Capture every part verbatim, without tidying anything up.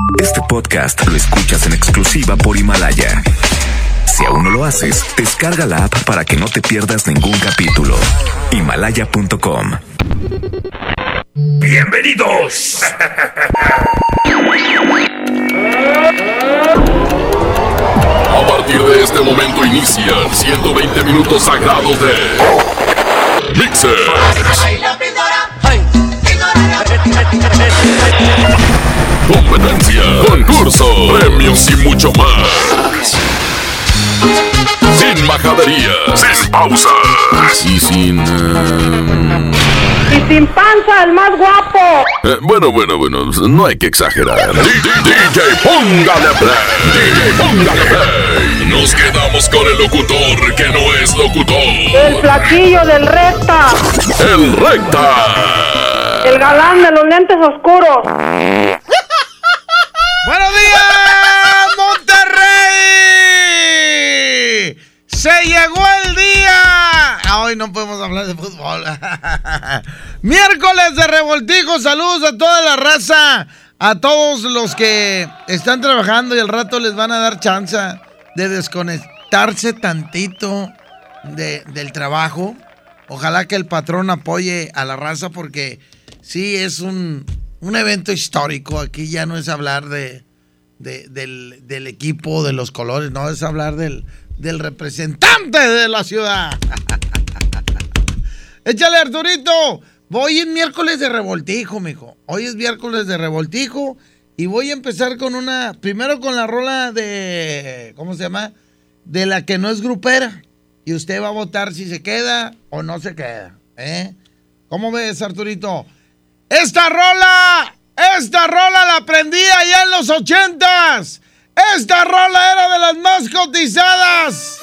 Este podcast lo escuchas en exclusiva por Himalaya. Si aún no lo haces, descarga la app para que no te pierdas ningún capítulo. Himalaya punto com. ¡Bienvenidos! A partir de este momento inician ciento veinte minutos sagrados de Mixer. Competencia, concurso, premios y mucho más. Sin majaderías, sin pausas y sin... Uh... Y sin panza, el más guapo. Eh, bueno, bueno, bueno, no hay que exagerar. D J, póngale play. D J, póngale play. Nos quedamos con el locutor que no es locutor. El flaquillo del recta. El recta. El galán de los lentes oscuros. ¡Buenos días, Monterrey! ¡Se llegó el día! Hoy no podemos hablar de fútbol. Miércoles de revoltijo. Saludos a toda la raza. A todos los que están trabajando y al rato les van a dar chance de desconectarse tantito de, del trabajo. Ojalá que el patrón apoye a la raza porque sí es un, un evento histórico. Aquí ya no es hablar de, de, del, del equipo, de los colores, no, es hablar del, del representante de la ciudad. Échale, Arturito. Voy en miércoles de revoltijo, mijo. Hoy es miércoles de revoltijo y voy a empezar con una, primero con la rola de, ¿cómo se llama? De la que no es grupera. Y usted va a votar si se queda o no se queda, ¿eh? ¿Cómo ves, Arturito? Esta rola, esta rola la aprendí allá en los ochentas. Esta rola era de las más cotizadas.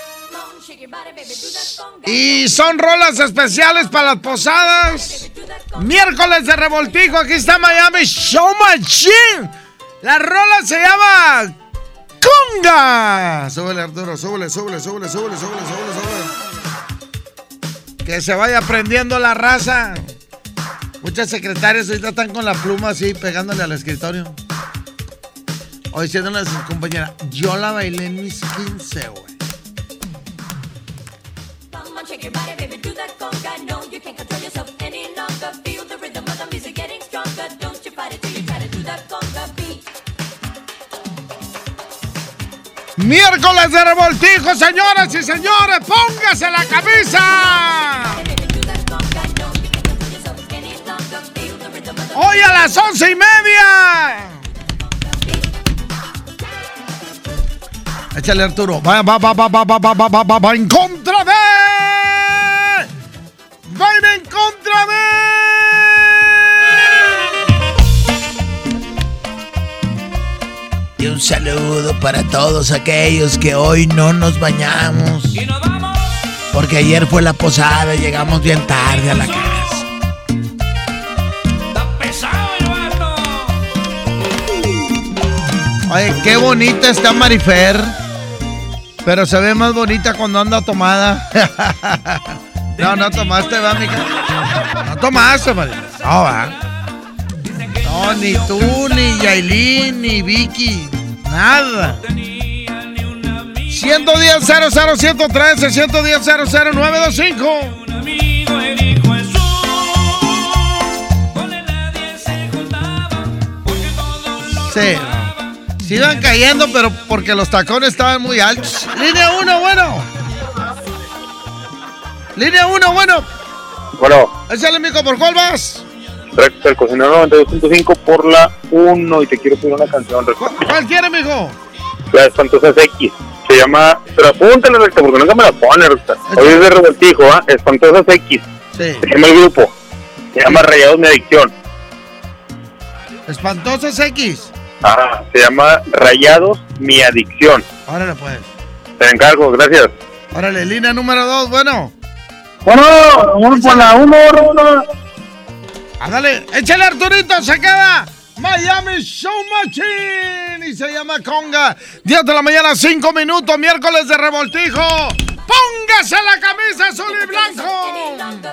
Y son rolas especiales para las posadas. Miércoles de revoltijo, aquí está Miami Show Machine. La rola se llama Conga. Súbele, Arturo, súbele, súbele, súbele, súbele, súbele, súbele, súbele. Que se vaya aprendiendo la raza. Muchas secretarias ahorita están con la pluma así, pegándole al escritorio. O diciéndole a sus compañeras, yo la bailé en mis quince, güey. Miércoles de revoltijo, señoras y señores, póngase la camisa. Hoy a las once y media. Échale, Arturo. Va, va, va, va, va, va, va, va, va, va en contra de. Va en contra de. Y un saludo para todos aquellos que hoy no nos bañamos. Y nos vamos. Porque ayer fue la posada y llegamos bien tarde a la casa. Está pesado el vato. Oye, qué bonita está Marifer. Pero se ve más bonita cuando anda tomada. No, no tomaste, va, mija. No tomaste, Marifer. No, va. No, ni tú, ni Yailin, ni Vicky. Nada. ciento diez, cero cero, ciento trece, ciento diez, cero cero, nueve dos cinco. Sí. Sigan cayendo, pero porque los tacones estaban muy altos. Línea uno, bueno. Línea uno, bueno. Bueno. Échale, mico, ¿por cuál vas? Recta, el cocinero noventa y dos punto cinco por la uno y te quiero pedir una canción. Recta. ¿Cuál, ¿Cuál quiere, mijo? La Espantosas X. Se llama... Pero apúntale, Recta, porque nunca me la pone, Recta. Hoy es de revoltijo, ¿ah? ¿eh? Espantosas X. Sí. Se llama el grupo. Se llama Rayados Mi Adicción. Espantosas X. Ah, se llama Rayados Mi Adicción. Órale, pues. Te encargo, gracias. Órale, línea número dos, bueno. Bueno, vamos por la uno, uno. Ándale, échale, Arturito, se queda Miami Show Machine y se llama Conga. diez de la mañana, cinco minutos, miércoles de revoltijo. Póngase la camisa azul y blanco.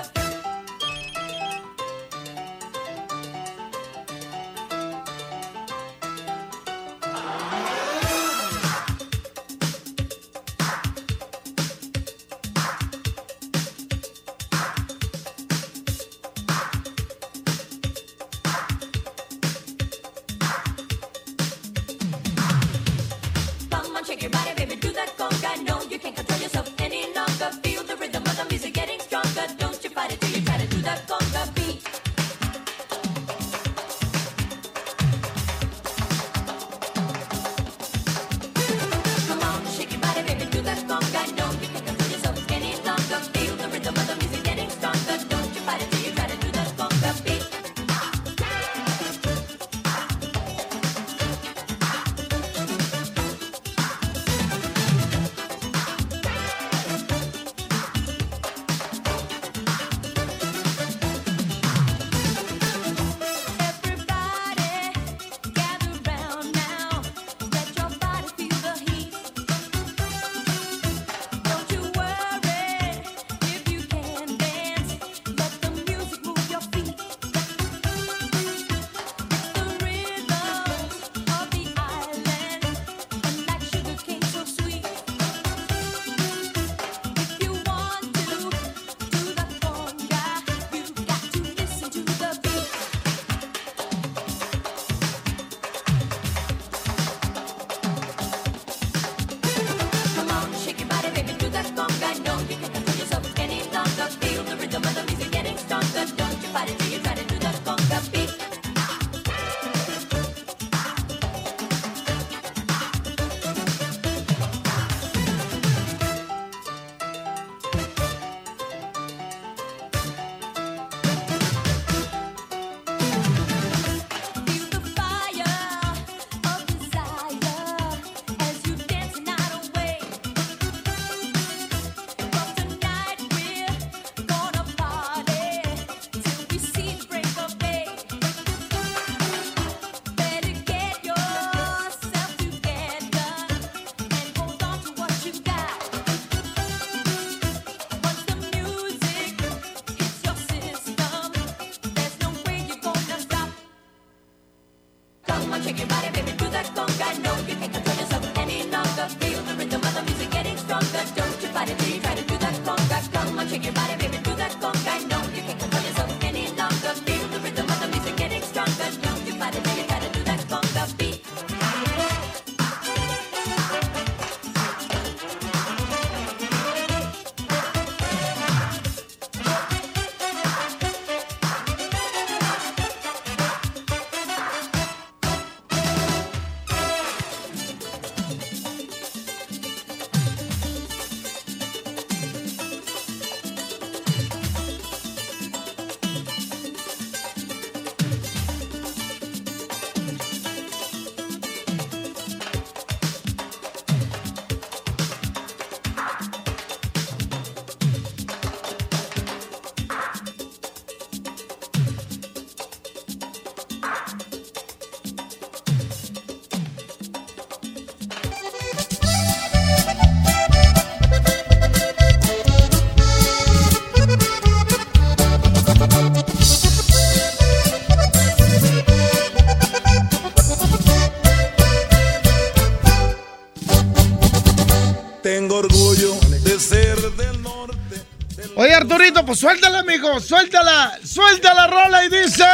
Tengo orgullo de ser del norte. Del Oye, Arturito, pues suéltala, amigo. Suéltala. Suelta la rola y dice...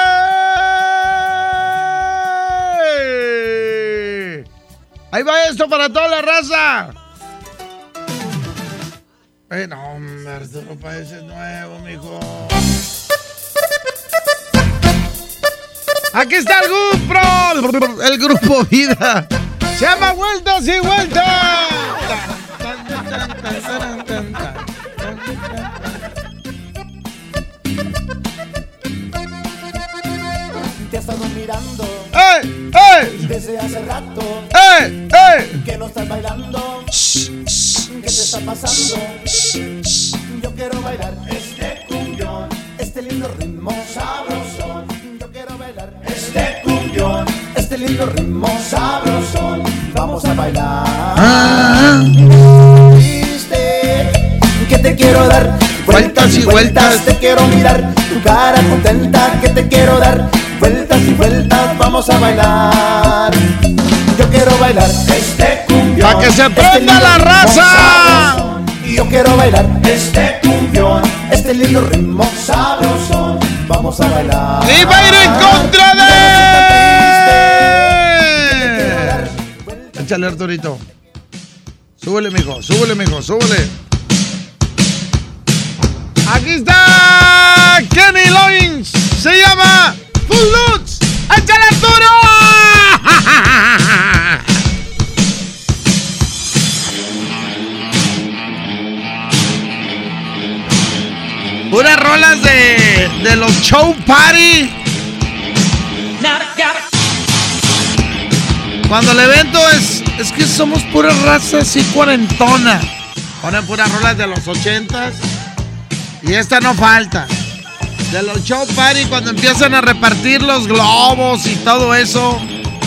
Ahí va esto para toda la raza. Eh, no, hombre, Arturo, parece nuevo, mijo. Aquí está el grupo, el grupo Vida. Se llama Vueltas y Vueltas. Te he estado mirando. ¡Ey! ¡Ey! Desde hace rato. ¡Ey! ¡Ey! Que no estás bailando. ¿Qué te está pasando? Yo quiero bailar este cumbión, este lindo ritmo sabrosón. Yo quiero bailar este cumbión, este lindo ritmo sabrosón. Vamos a bailar. Ah. ¿Viste? Que te quiero dar vueltas y vueltas. Te quiero mirar tu cara contenta. Que te quiero dar vueltas y vueltas. Vamos a bailar. Yo quiero bailar este cumbión, ¡para que se prenda este la raza! Y yo quiero bailar este cumbión, este lindo ritmo sabrosón. Vamos a bailar. ¡Y va a ir en contra de! Échale, Arturito. Súbele, mijo, súbele, mijo, súbele. Aquí está Kenny Loggins. Se llama Full Lutz. ¡Échale, Arturo! Puras rolas de, de los show party. Cuando el evento es... Es que somos pura raza así cuarentona. Ponen puras rolas de los ochentas. Y esta no falta. De los show party cuando empiezan a repartir los globos y todo eso.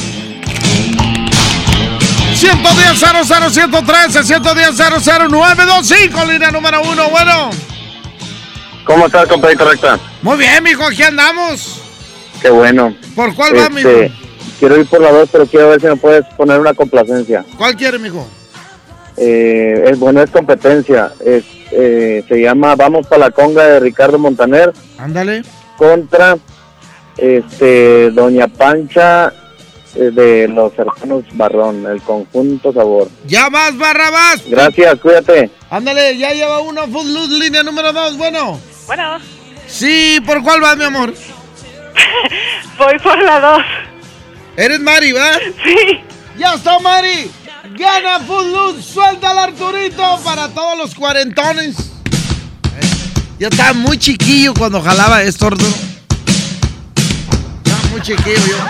ciento diez cero cero ciento trece, ciento diez cero cero nueve dos cinco, línea número uno, bueno. ¿Cómo estás, compadre recta? Muy bien, mijo, aquí andamos. Qué bueno. ¿Por cuál este, va, mijo? Quiero ir por la dos, pero quiero ver si me puedes poner una complacencia. ¿Cuál quiere, mijo? Eh, es bueno, es competencia. Es, eh, se llama Vamos para la Conga de Ricardo Montaner. Ándale. Contra este Doña Pancha eh, de los hermanos Barrón, el conjunto Sabor. Ya vas, Barrabás. Gracias, cuídate. Ándale, ya lleva uno, Full Luz, línea número dos, bueno. Bueno. Sí, ¿por cuál vas, mi amor? Voy por la dos. ¿Eres Mari, ¿verdad? Sí. Ya está, Mari. Gana Full Luz, suelta al Arturito para todos los cuarentones. Yo estaba muy chiquillo cuando jalaba esto, Arturo. Estaba muy chiquillo yo.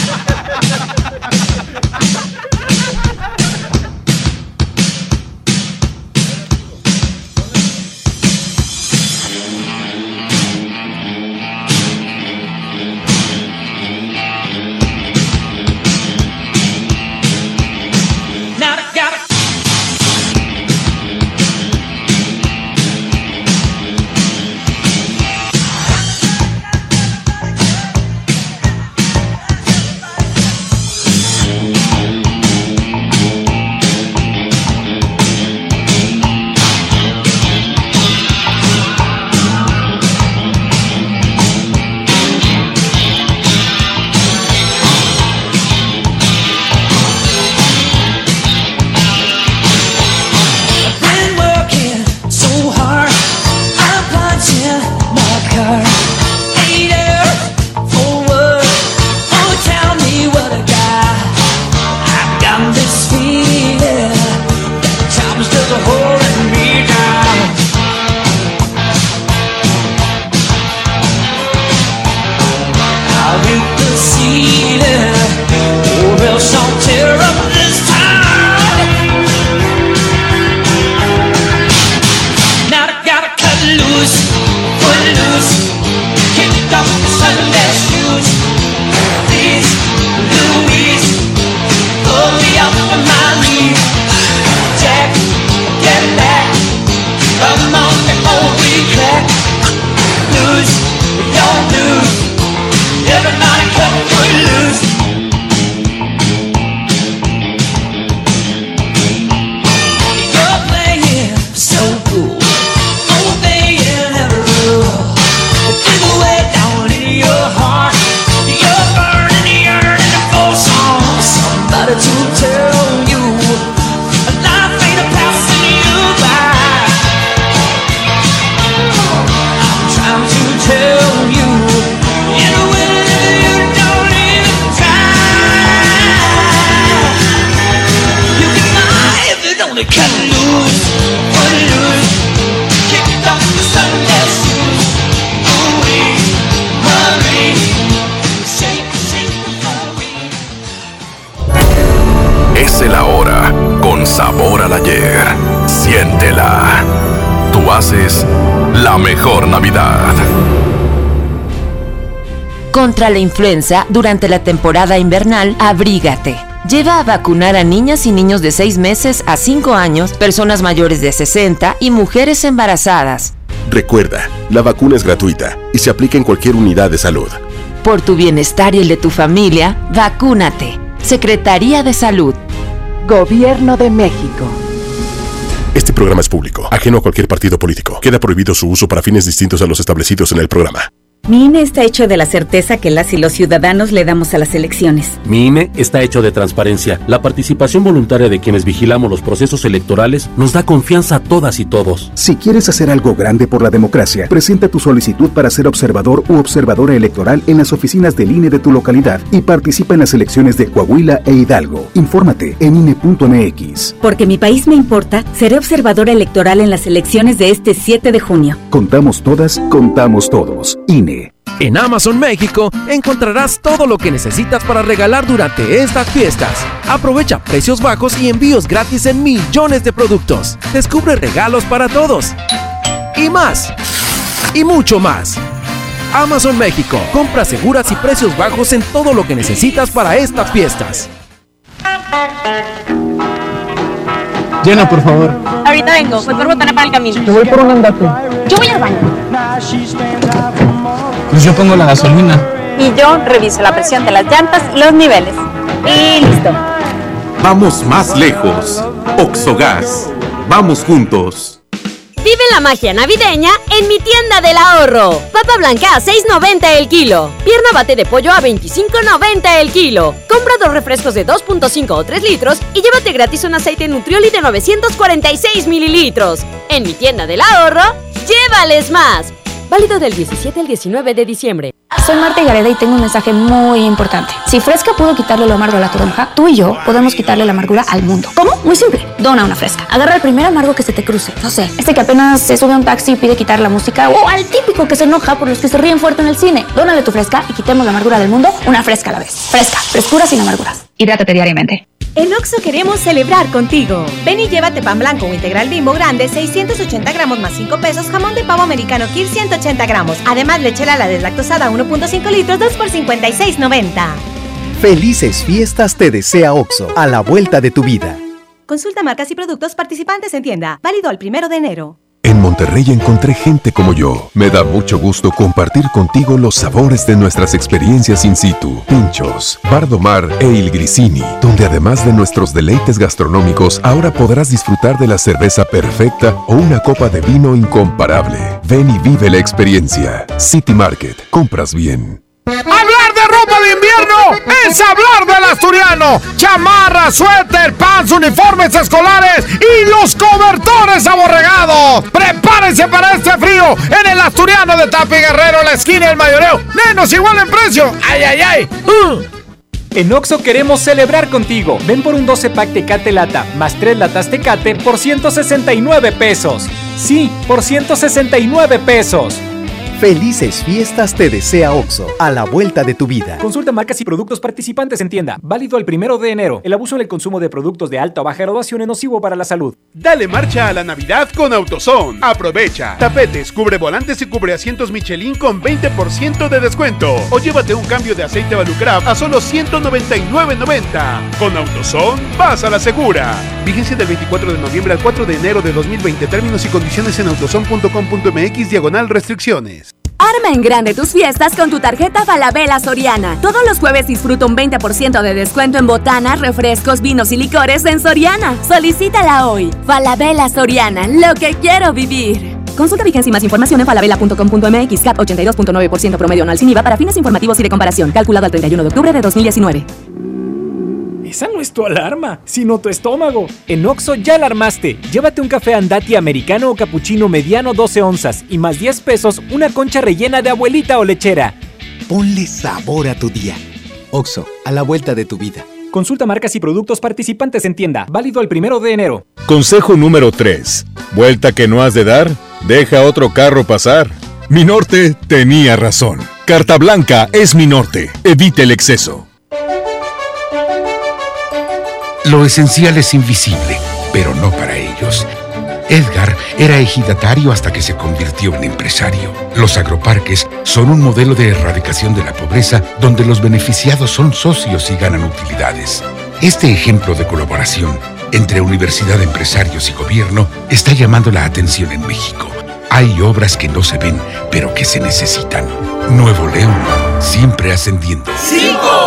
Es el ahora con sabor al ayer. Siéntela. Tú haces la mejor Navidad. Contra la influenza, durante la temporada invernal, abrígate. Lleva a vacunar a niñas y niños de seis meses a cinco años, personas mayores de sesenta y mujeres embarazadas. Recuerda, la vacuna es gratuita y se aplica en cualquier unidad de salud. Por tu bienestar y el de tu familia, vacúnate. Secretaría de Salud. Gobierno de México. Este programa es público, ajeno a cualquier partido político. Queda prohibido su uso para fines distintos a los establecidos en el programa. Mi I N E está hecho de la certeza que las y los ciudadanos le damos a las elecciones. Mi I N E está hecho de transparencia. La participación voluntaria de quienes vigilamos los procesos electorales nos da confianza a todas y todos. Si quieres hacer algo grande por la democracia, presenta tu solicitud para ser observador u observadora electoral en las oficinas del I N E de tu localidad y participa en las elecciones de Coahuila e Hidalgo. Infórmate en I N E punto M X. Porque mi país me importa, seré observadora electoral en las elecciones de este siete de junio. Contamos todas, contamos todos. I N E. En Amazon México encontrarás todo lo que necesitas para regalar durante estas fiestas. Aprovecha precios bajos y envíos gratis en millones de productos. Descubre regalos para todos. Y más. Y mucho más. Amazon México. Compras seguras y precios bajos en todo lo que necesitas para estas fiestas. Llena, por favor. Ahorita vengo. Voy por botana para el camino. Yo voy por un andate. Yo voy al baño. Pues yo pongo la gasolina. Y yo reviso la presión de las llantas y los niveles. Y listo. Vamos más lejos. Oxogas. Vamos juntos. Vive la magia navideña en mi tienda del ahorro. Papa blanca a seis noventa el kilo. Pierna bate de pollo a veinticinco noventa el kilo. Compra dos refrescos de dos punto cinco o tres litros y llévate gratis un aceite Nutrioli de novecientos cuarenta y seis mililitros. En mi tienda del ahorro, llévales más. Válido del diecisiete al diecinueve de diciembre. Soy Marta Gareda y tengo un mensaje muy importante. Si Fresca pudo quitarle lo amargo a la toronja, tú y yo podemos quitarle la amargura al mundo. ¿Cómo? Muy simple. Dona una Fresca. Agarra el primer amargo que se te cruce. No sé, este que apenas se sube a un taxi y pide quitar la música, o al típico que se enoja por los que se ríen fuerte en el cine. Dónale tu Fresca y quitemos la amargura del mundo una Fresca a la vez. Fresca. Frescura sin amarguras. Hidrátate diariamente. En Oxxo queremos celebrar contigo. Ven y llévate pan blanco o integral Bimbo grande, seiscientos ochenta gramos más cinco pesos, jamón de pavo americano Kir ciento ochenta gramos. Además, leche Lala deslactosada uno punto cinco litros, dos por cincuenta y seis noventa. Felices fiestas te desea Oxxo, a la vuelta de tu vida. Consulta marcas y productos participantes en tienda. Válido al primero de enero. En Monterrey encontré gente como yo. Me da mucho gusto compartir contigo los sabores de nuestras experiencias in situ. Pinchos, Bardo Mar e Il Grisini, donde además de nuestros deleites gastronómicos, ahora podrás disfrutar de la cerveza perfecta o una copa de vino incomparable. Ven y vive la experiencia. City Market. Compras bien. Hablar de ropa de invierno es hablar del asturiano. Chamarra, suéter, pants, uniformes escolares y los cobertores aborregados. Prepárense para este frío en el asturiano de Tapi Guerrero, la esquina del Mayoreo. Menos igual en precio. ¡Ay, ay, ay! Uh. En Oxxo queremos celebrar contigo. Ven por un doce pack Tecate Lata más tres latas Tecate por ciento sesenta y nueve pesos. Sí, por ciento sesenta y nueve pesos. Felices fiestas te desea Oxxo, a la vuelta de tu vida. Consulta marcas y productos participantes en tienda. Válido el primero de enero. El abuso en el consumo de productos de alta o baja graduación es nocivo para la salud. Dale marcha a la Navidad con AutoZone. Aprovecha. Tapetes, cubre volantes y cubre asientos Michelin con veinte por ciento de descuento. O llévate un cambio de aceite Valucraft a solo ciento noventa y nueve noventa. Con AutoZone, vas a la segura. Vigencia del veinticuatro de noviembre al cuatro de enero de dos mil veinte. Términos y condiciones en autozone punto com punto m x diagonal restricciones. Arma en grande tus fiestas con tu tarjeta Falabella Soriana. Todos los jueves disfruta un veinte por ciento de descuento en botanas, refrescos, vinos y licores en Soriana. Solicítala hoy. Falabella Soriana, lo que quiero vivir. Consulta vigencia y más información en falabella punto com punto m x. C A P ochenta y dos punto nueve por ciento promedio anual sin I V A para fines informativos y de comparación. Calculado al treinta y uno de octubre de dos mil diecinueve. Esa no es tu alarma, sino tu estómago. En Oxxo ya alarmaste. Llévate un café Andati americano o capuchino mediano doce onzas y más diez pesos una concha rellena de abuelita o lechera. Ponle sabor a tu día. Oxxo, a la vuelta de tu vida. Consulta marcas y productos participantes en tienda. Válido el primero de enero. Consejo número tres. Vuelta que no has de dar, deja otro carro pasar. Mi norte tenía razón. Carta Blanca es mi norte. Evite el exceso. Lo esencial es invisible, pero no para ellos. Edgar era ejidatario hasta que se convirtió en empresario. Los agroparques son un modelo de erradicación de la pobreza donde los beneficiados son socios y ganan utilidades. Este ejemplo de colaboración entre universidad, empresarios y gobierno está llamando la atención en México. Hay obras que no se ven, pero que se necesitan. Nuevo León, siempre ascendiendo. ¡Cinco!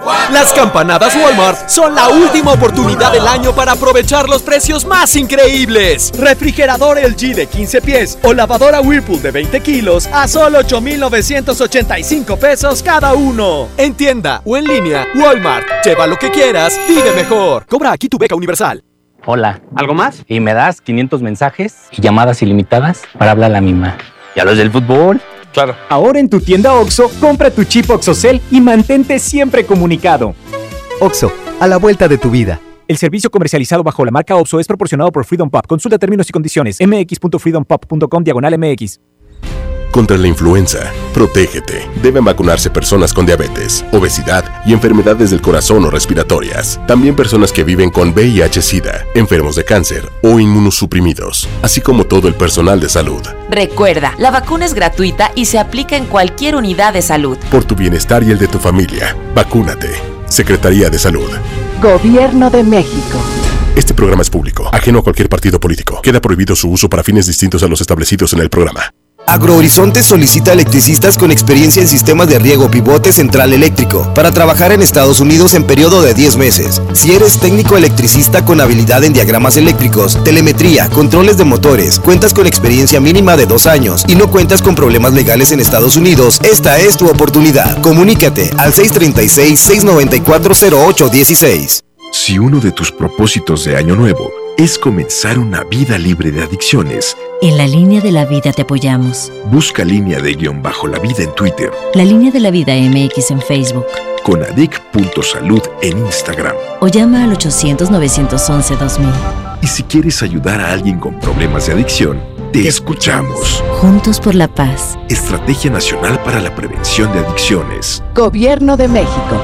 Las campanadas Walmart son la última oportunidad del año para aprovechar los precios más increíbles. Refrigerador L G de quince pies o lavadora Whirlpool de veinte kilos a solo ocho mil novecientos ochenta y cinco pesos cada uno. En tienda o en línea, Walmart. Lleva lo que quieras, vive mejor. Cobra aquí tu beca universal. Hola. ¿Algo más? Y me das quinientos mensajes y llamadas ilimitadas para hablar a la misma. ¿Y a los del fútbol? Claro. Ahora en tu tienda OXXO, compra tu chip OXXOCEL y mantente siempre comunicado. OXXO, a la vuelta de tu vida. El servicio comercializado bajo la marca OXXO es proporcionado por Freedom Pop. Consulta términos y condiciones. m x punto freedom pop punto com diagonal m x. Contra la influenza, protégete. Deben vacunarse personas con diabetes, obesidad y enfermedades del corazón o respiratorias. También personas que viven con V I H-Sida, enfermos de cáncer o inmunosuprimidos, así como todo el personal de salud. Recuerda, la vacuna es gratuita y se aplica en cualquier unidad de salud. Por tu bienestar y el de tu familia, vacúnate. Secretaría de Salud. Gobierno de México. Este programa es público, ajeno a cualquier partido político. Queda prohibido su uso para fines distintos a los establecidos en el programa. Agrohorizonte solicita electricistas con experiencia en sistemas de riego pivote central eléctrico para trabajar en Estados Unidos en periodo de diez meses. Si eres técnico electricista con habilidad en diagramas eléctricos, telemetría, controles de motores, cuentas con experiencia mínima de dos años y no cuentas con problemas legales en Estados Unidos, esta es tu oportunidad. Comunícate al seis tres seis, seis nueve cuatro, cero ocho uno seis. Si uno de tus propósitos de Año Nuevo es comenzar una vida libre de adicciones, en la Línea de la Vida te apoyamos. Busca Línea de guión bajo la vida en Twitter, La Línea de la Vida M X en Facebook, Conadic punto salud en Instagram, o llama al ochocientos, novecientos once, dos mil. Y si quieres ayudar a alguien con problemas de adicción, te escuchamos. Juntos por la paz. Estrategia Nacional para la Prevención de Adicciones. Gobierno de México.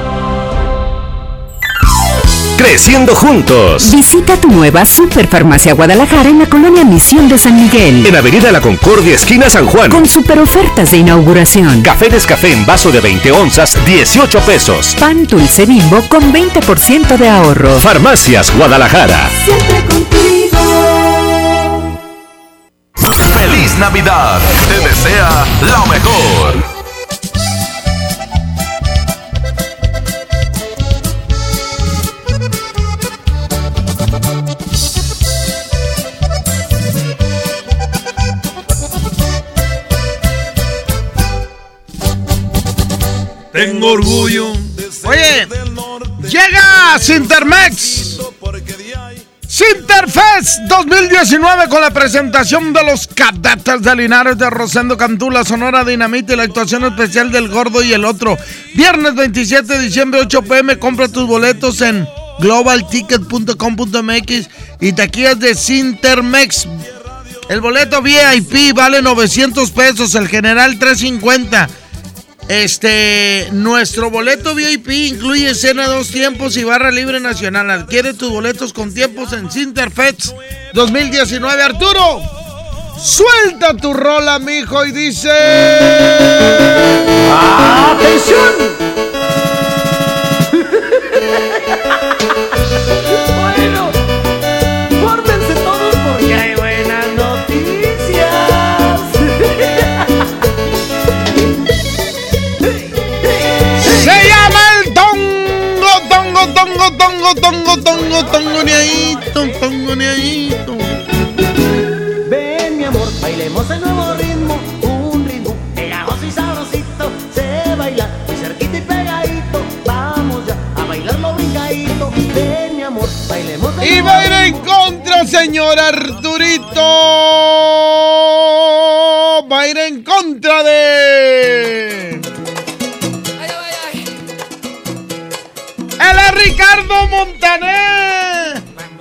Creciendo juntos. Visita tu nueva Superfarmacia Guadalajara en la colonia Misión de San Miguel. En Avenida La Concordia, esquina San Juan. Con super ofertas de inauguración. Café Nescafé en vaso de veinte onzas, dieciocho pesos. Pan Dulce Bimbo con veinte por ciento de ahorro. Farmacias Guadalajara. Siempre contigo. ¡Feliz Navidad! Te desea lo mejor. Tengo orgullo. Oye, llega Sintermex. Sinterfest dos mil diecinueve con la presentación de los Cadetes de Linares de Rosendo Cantú, la Sonora Dinamita y la actuación especial del Gordo y el Otro. Viernes veintisiete de diciembre, ocho p m Compra tus boletos en global ticket punto com punto m x y taquillas de Sintermex. El boleto V I P vale novecientos pesos, el general trescientos cincuenta. Este, nuestro boleto V I P incluye cena dos tiempos y barra libre nacional. Adquiere tus boletos con tiempos en Sinterfest dos mil diecinueve. Arturo, suelta tu rola, mijo, y dice... ¡Atención! Bueno, fórmense todos porque hay buenas noticias. Se llama el tongo, tongo, tongo, tongo, tongo, tongo, tongoneadito, tongoneadito. Ven, mi amor, bailemos el nuevo ritmo, un ritmo pegajoso y sabrosito. Se baila muy cerquita y pegadito, vamos ya a bailarlo brincadito. Ven, mi amor, bailemos el Y va a ir en contra, señor Arturito. Va a ir en contra de... ¡Él es Ricardo Montaner!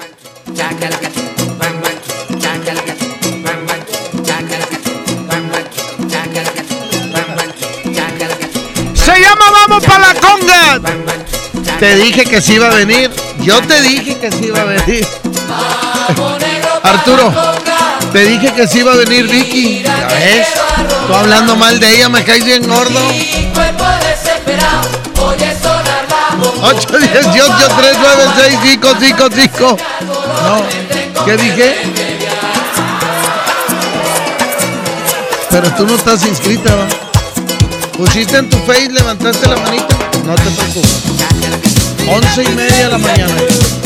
Se llama Vamos pa' la conga. Te dije que sí iba a venir. Yo te dije que sí iba a venir. Arturo, te dije que sí iba a venir Vicky. ¿Ya ves? Tú hablando mal de ella, me caes bien gordo. ocho, diez, ocho, tres, nueve, seis, cinco, cinco, cinco. No, ¿qué dije? Pero tú no estás inscrita, ¿no? Pusiste en tu face, levantaste la manita. No te preocupes. Once y media de la mañana.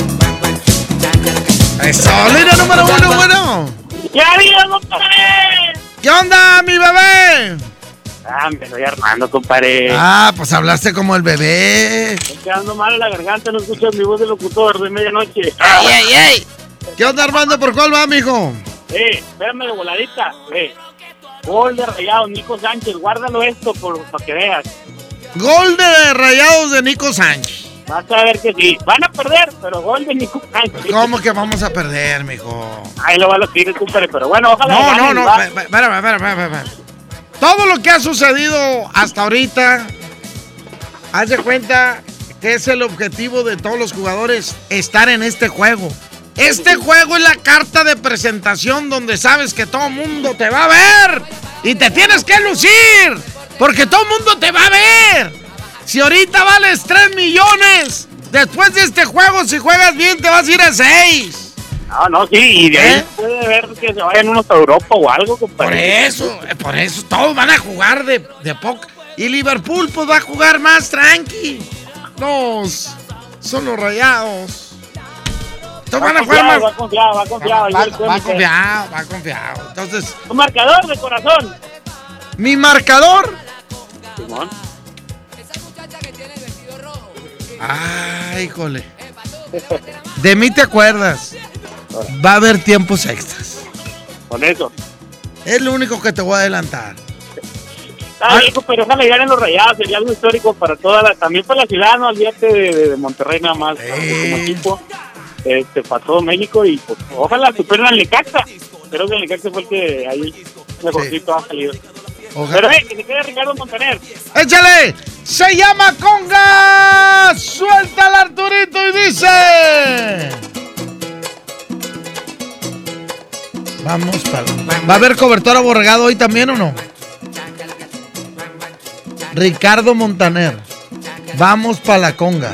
Eso, línea número uno, bueno. ¡Ya vivo, compadre! ¿Qué onda, mi bebé? Ah, me estoy armando, compadre. Ah, pues hablaste como el bebé. Estoy quedando mal en la garganta, no escuchas mi voz de locutor de medianoche. ¡Ey, ey, ey! ¿Qué onda, Armando? ¿Por cuál va, mijo? Eh, espérame de voladita. Eh, gol de Rayados, Nico Sánchez. Guárdalo esto por, para que veas. Gol de Rayados de Nico Sánchez. Vas a ver que sí. Van a perder, pero gol de Nico Sánchez. ¿Cómo que vamos a perder, mijo? Ahí lo va a los tigres, compadre, pero bueno, ojalá. No, ganen, no, no, va. espérame, espérame, espérame. Todo lo que ha sucedido hasta ahorita, haz de cuenta que es el objetivo de todos los jugadores, estar en este juego. Este juego es la carta de presentación donde sabes que todo el mundo te va a ver y te tienes que lucir, porque todo el mundo te va a ver. Si ahorita vales tres millones, después de este juego, si juegas bien, te vas a ir a seis. No, no, sí, y de ahí ¿Eh? puede ver que se vayan unos a Europa o algo, compadre. Por eso, por eso, todos van a jugar de, de poco. Y Liverpool, pues, va a jugar más tranqui. Los, son los Rayados. Todos van a jugar más. Va confiado, va confiado. Va, va, va confiado, va confiado. Entonces, tu marcador de corazón. Mi marcador. Simón. Ay, híjole. De mí te acuerdas. Va a haber tiempos extras. Con eso. Es lo único que te voy a adelantar. Ah, hijo, pero ojalá llegar en los Rayados, sería algo histórico para toda la, también para la ciudad, no olvídate de, de, de Monterrey nada más, eh. como equipo, este, para todo México y pues, ojalá superen al Necaxa. Creo que el Necaxa fue el que ahí mejorcito sí. ha salido. Ojalá. Pero eh, que se quede Ricardo Montaner. ¡Échale! Se llama Conga. Suelta al Arturito y dice. Vamos para. ¿Va a haber cobertura Borregado hoy también o no? Ricardo Montaner. Vamos para la conga.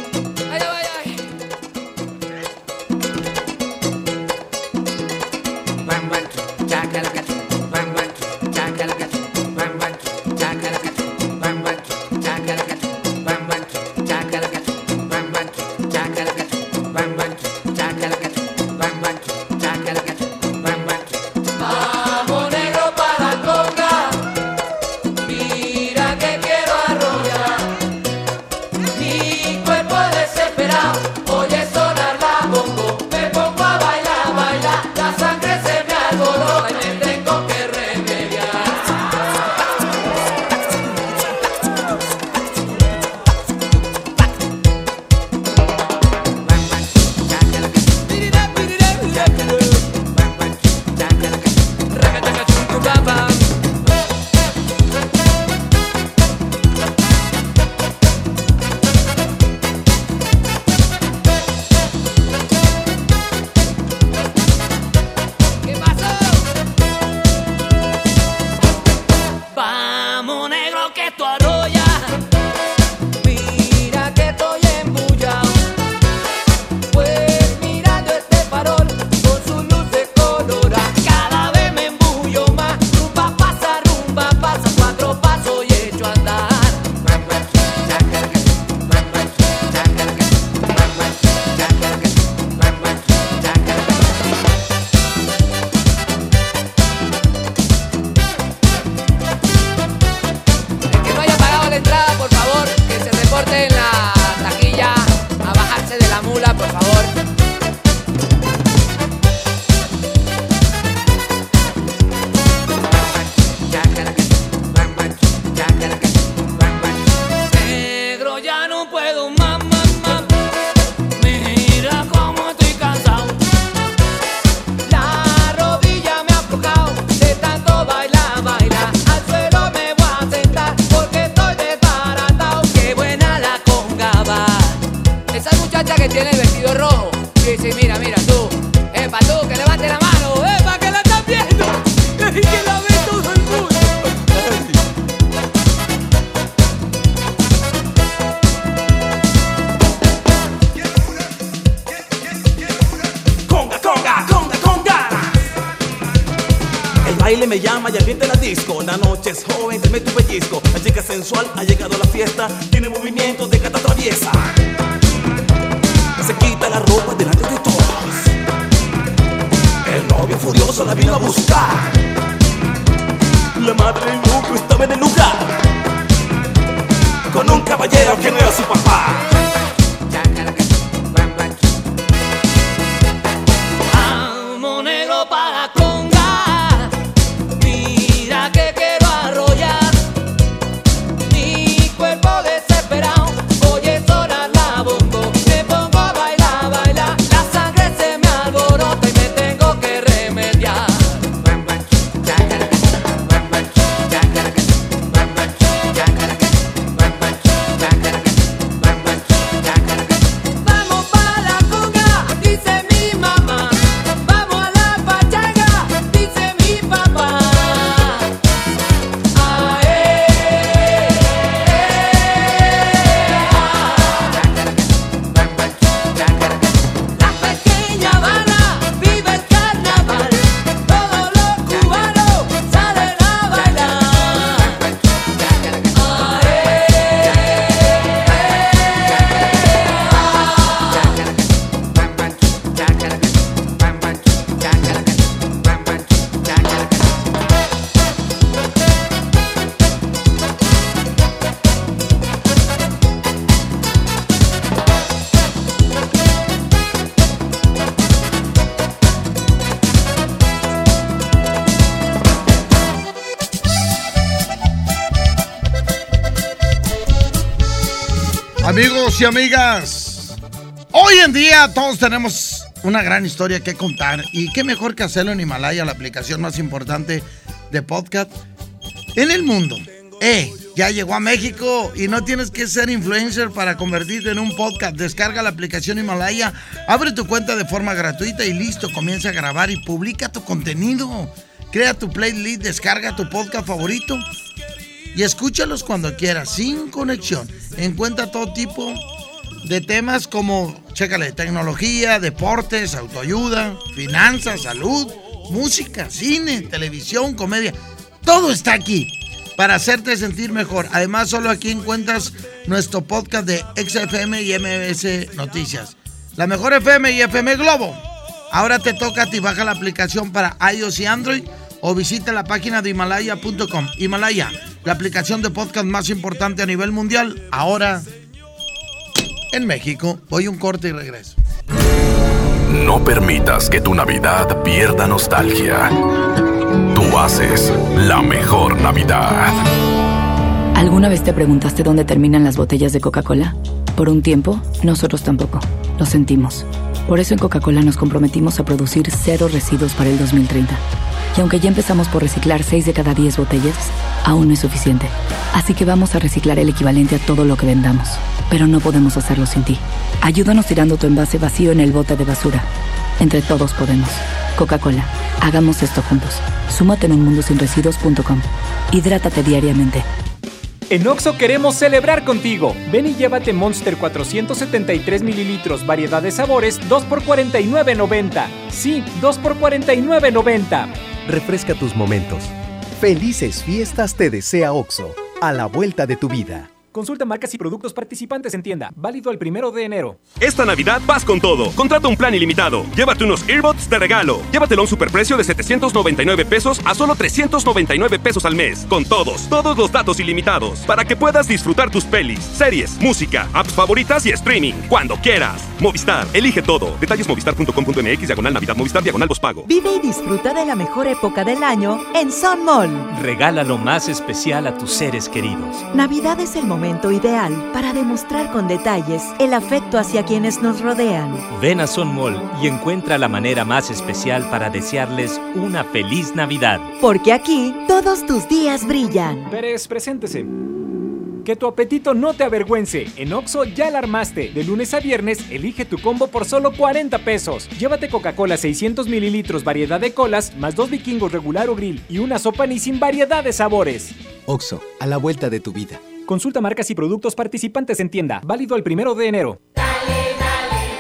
Me llama y ambiente la disco. La noche es joven, dame tu pellizco. La chica sensual ha llegado a la fiesta. Tiene movimientos de gata traviesa. quita la ropa delante de todos. El novio furioso la vino a buscar. La madre del núcleo estaba en el lugar, con un caballero que no era su papá. Amo negro para conga, mira que quiero arrollar. Mi cuerpo desesperado, oye sonar la bongo. Me pongo a bailar, bailar, la sangre se me alborota y me tengo que remediar. Vamos pa' la conga, dice mi mamá. Vamos a la pachanga, dice mi papá. Ae, La pequeña Habana vive el carnaval. Todos los cubanos salen a bailar. Amigos y amigas, hoy en día todos tenemos una gran historia que contar y qué mejor que hacerlo en Himalaya, la aplicación más importante de podcast en el mundo. Eh, ya llegó a México y no tienes que ser influencer para convertirte en un podcast. Descarga la aplicación Himalaya, abre tu cuenta de forma gratuita y listo, comienza a grabar y publica tu contenido. Crea tu playlist, descarga tu podcast favorito y escúchalos cuando quieras, sin conexión. Encuentra todo tipo de temas como, chécale, tecnología, deportes, autoayuda, finanzas, salud, música, cine, televisión, comedia. Todo está aquí para hacerte sentir mejor. Además, solo aquí encuentras nuestro podcast de X F M y M B S Noticias. La mejor F M y F M Globo. Ahora te toca a ti, baja la aplicación para iOS y Android o visita la página de Himalaya punto com. Himalaya, la aplicación de podcast más importante a nivel mundial, ahora en México. Voy a un corte y regreso. No permitas que tu Navidad pierda nostalgia. Tú haces la mejor Navidad. ¿Alguna vez te preguntaste dónde terminan las botellas de Coca-Cola? Por un tiempo, nosotros tampoco. Lo sentimos. Por eso en Coca-Cola nos comprometimos a producir cero residuos para el dos mil treinta. Y aunque ya empezamos por reciclar seis de cada diez botellas, aún no es suficiente. Así que vamos a reciclar el equivalente a todo lo que vendamos. Pero no podemos hacerlo sin ti. Ayúdanos tirando tu envase vacío en el bote de basura. Entre todos podemos. Coca-Cola, hagamos esto juntos. Súmate en un mundo sin residuos punto com. Hidrátate diariamente. En Oxxo queremos celebrar contigo. Ven y llévate Monster cuatrocientos setenta y tres mililitros, variedad de sabores, dos por cuarenta y nueve noventa. Sí, dos por cuarenta y nueve noventa. Refresca tus momentos. Felices fiestas te desea Oxxo, a la vuelta de tu vida. Consulta marcas y productos participantes en tienda. Válido el primero de enero. Esta Navidad vas con todo. Contrata un plan ilimitado. Llévate unos earbuds de regalo. Llévatelo a un superprecio de setecientos noventa y nueve pesos a solo trescientos noventa y nueve pesos al mes. Con todos, todos los datos ilimitados. Para que puedas disfrutar tus pelis, series, música, apps favoritas y streaming. Cuando quieras. Movistar, elige todo. Detalles movistar punto com punto m x, diagonal Navidad, Movistar, diagonal pospago. Vive y disfruta de la mejor época del año en Sun Mall. Regala lo más especial a tus seres queridos. Navidad es el momento momento ideal para demostrar con detalles el afecto hacia quienes nos rodean. Ven a Sun Mall y encuentra la manera más especial para desearles una feliz Navidad. Porque aquí todos tus días brillan. Pérez, preséntese. Que tu apetito no te avergüence. En Oxxo ya la armaste. De lunes a viernes, elige tu combo por solo cuarenta pesos. Llévate Coca-Cola seiscientos mililitros, variedad de colas, más dos vikingos regular o grill y una sopa ni sin variedad de sabores. Oxxo, a la vuelta de tu vida. Consulta marcas y productos participantes en tienda. Válido el primero de enero. Dale, dale,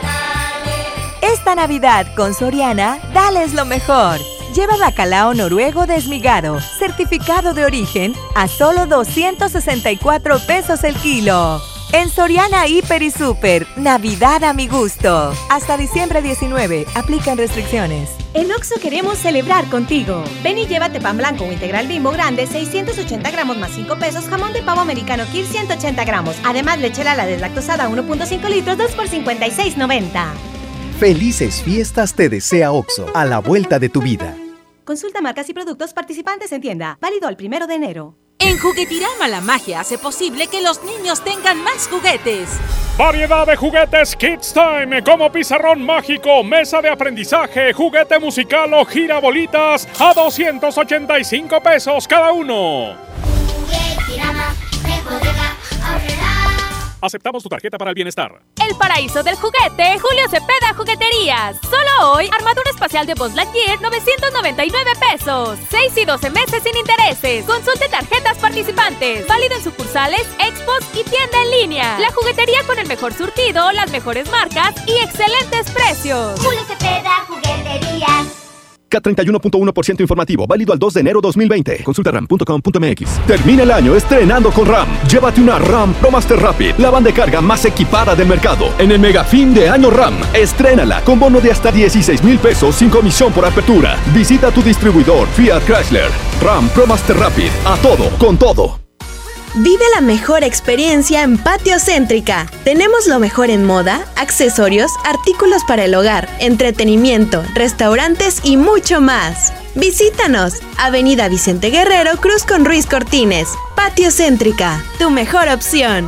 dale. Esta Navidad con Soriana, dales lo mejor. Lleva bacalao noruego desmigado, certificado de origen, a solo doscientos sesenta y cuatro pesos el kilo. En Soriana Hiper y Super, Navidad a mi gusto. Hasta diciembre diecinueve, aplican restricciones. En Oxxo queremos celebrar contigo. Ven y llévate pan blanco o integral Bimbo grande, seiscientos ochenta gramos más cinco pesos, jamón de pavo americano Kir ciento ochenta gramos. Además, leche Lala deslactosada uno punto cinco litros, dos por cincuenta y seis noventa. Felices fiestas te desea Oxxo, a la vuelta de tu vida. Consulta marcas y productos participantes en tienda. Válido al primero de enero. En Juguetirama la magia hace posible que los niños tengan más juguetes. Variedad de juguetes Kids Time, como pizarrón mágico, mesa de aprendizaje, juguete musical o girabolitas a doscientos ochenta y cinco pesos cada uno. Juguetirama, de bodega aurrerá. Aceptamos tu tarjeta para el bienestar. El paraíso del juguete, Julio Cepeda Jugueterías. Solo hoy, armadura espacial de Buzz Lightyear, novecientos noventa y nueve pesos. seis y doce meses sin intereses. Consulte tarjetas participantes. Válido en sucursales, expos y tienda en línea. La juguetería con el mejor surtido, las mejores marcas y excelentes precios. Julio Cepeda Jugueterías. K treinta y uno punto uno por ciento informativo, válido al dos de enero dos mil veinte. Consulta ram punto com punto m x. Termina el año estrenando con RAM. Llévate una RAM ProMaster Rapid, la van de carga más equipada del mercado. En el mega fin de año RAM, estrénala con bono de hasta dieciséis mil pesos sin comisión por apertura. Visita tu distribuidor Fiat Chrysler. RAM ProMaster Rapid, a todo, con todo. Vive la mejor experiencia en Patio Céntrica. Tenemos lo mejor en moda, accesorios, artículos para el hogar, entretenimiento, restaurantes y mucho más. Visítanos, Avenida Vicente Guerrero, Cruz con Ruiz Cortines. Patio Céntrica, tu mejor opción.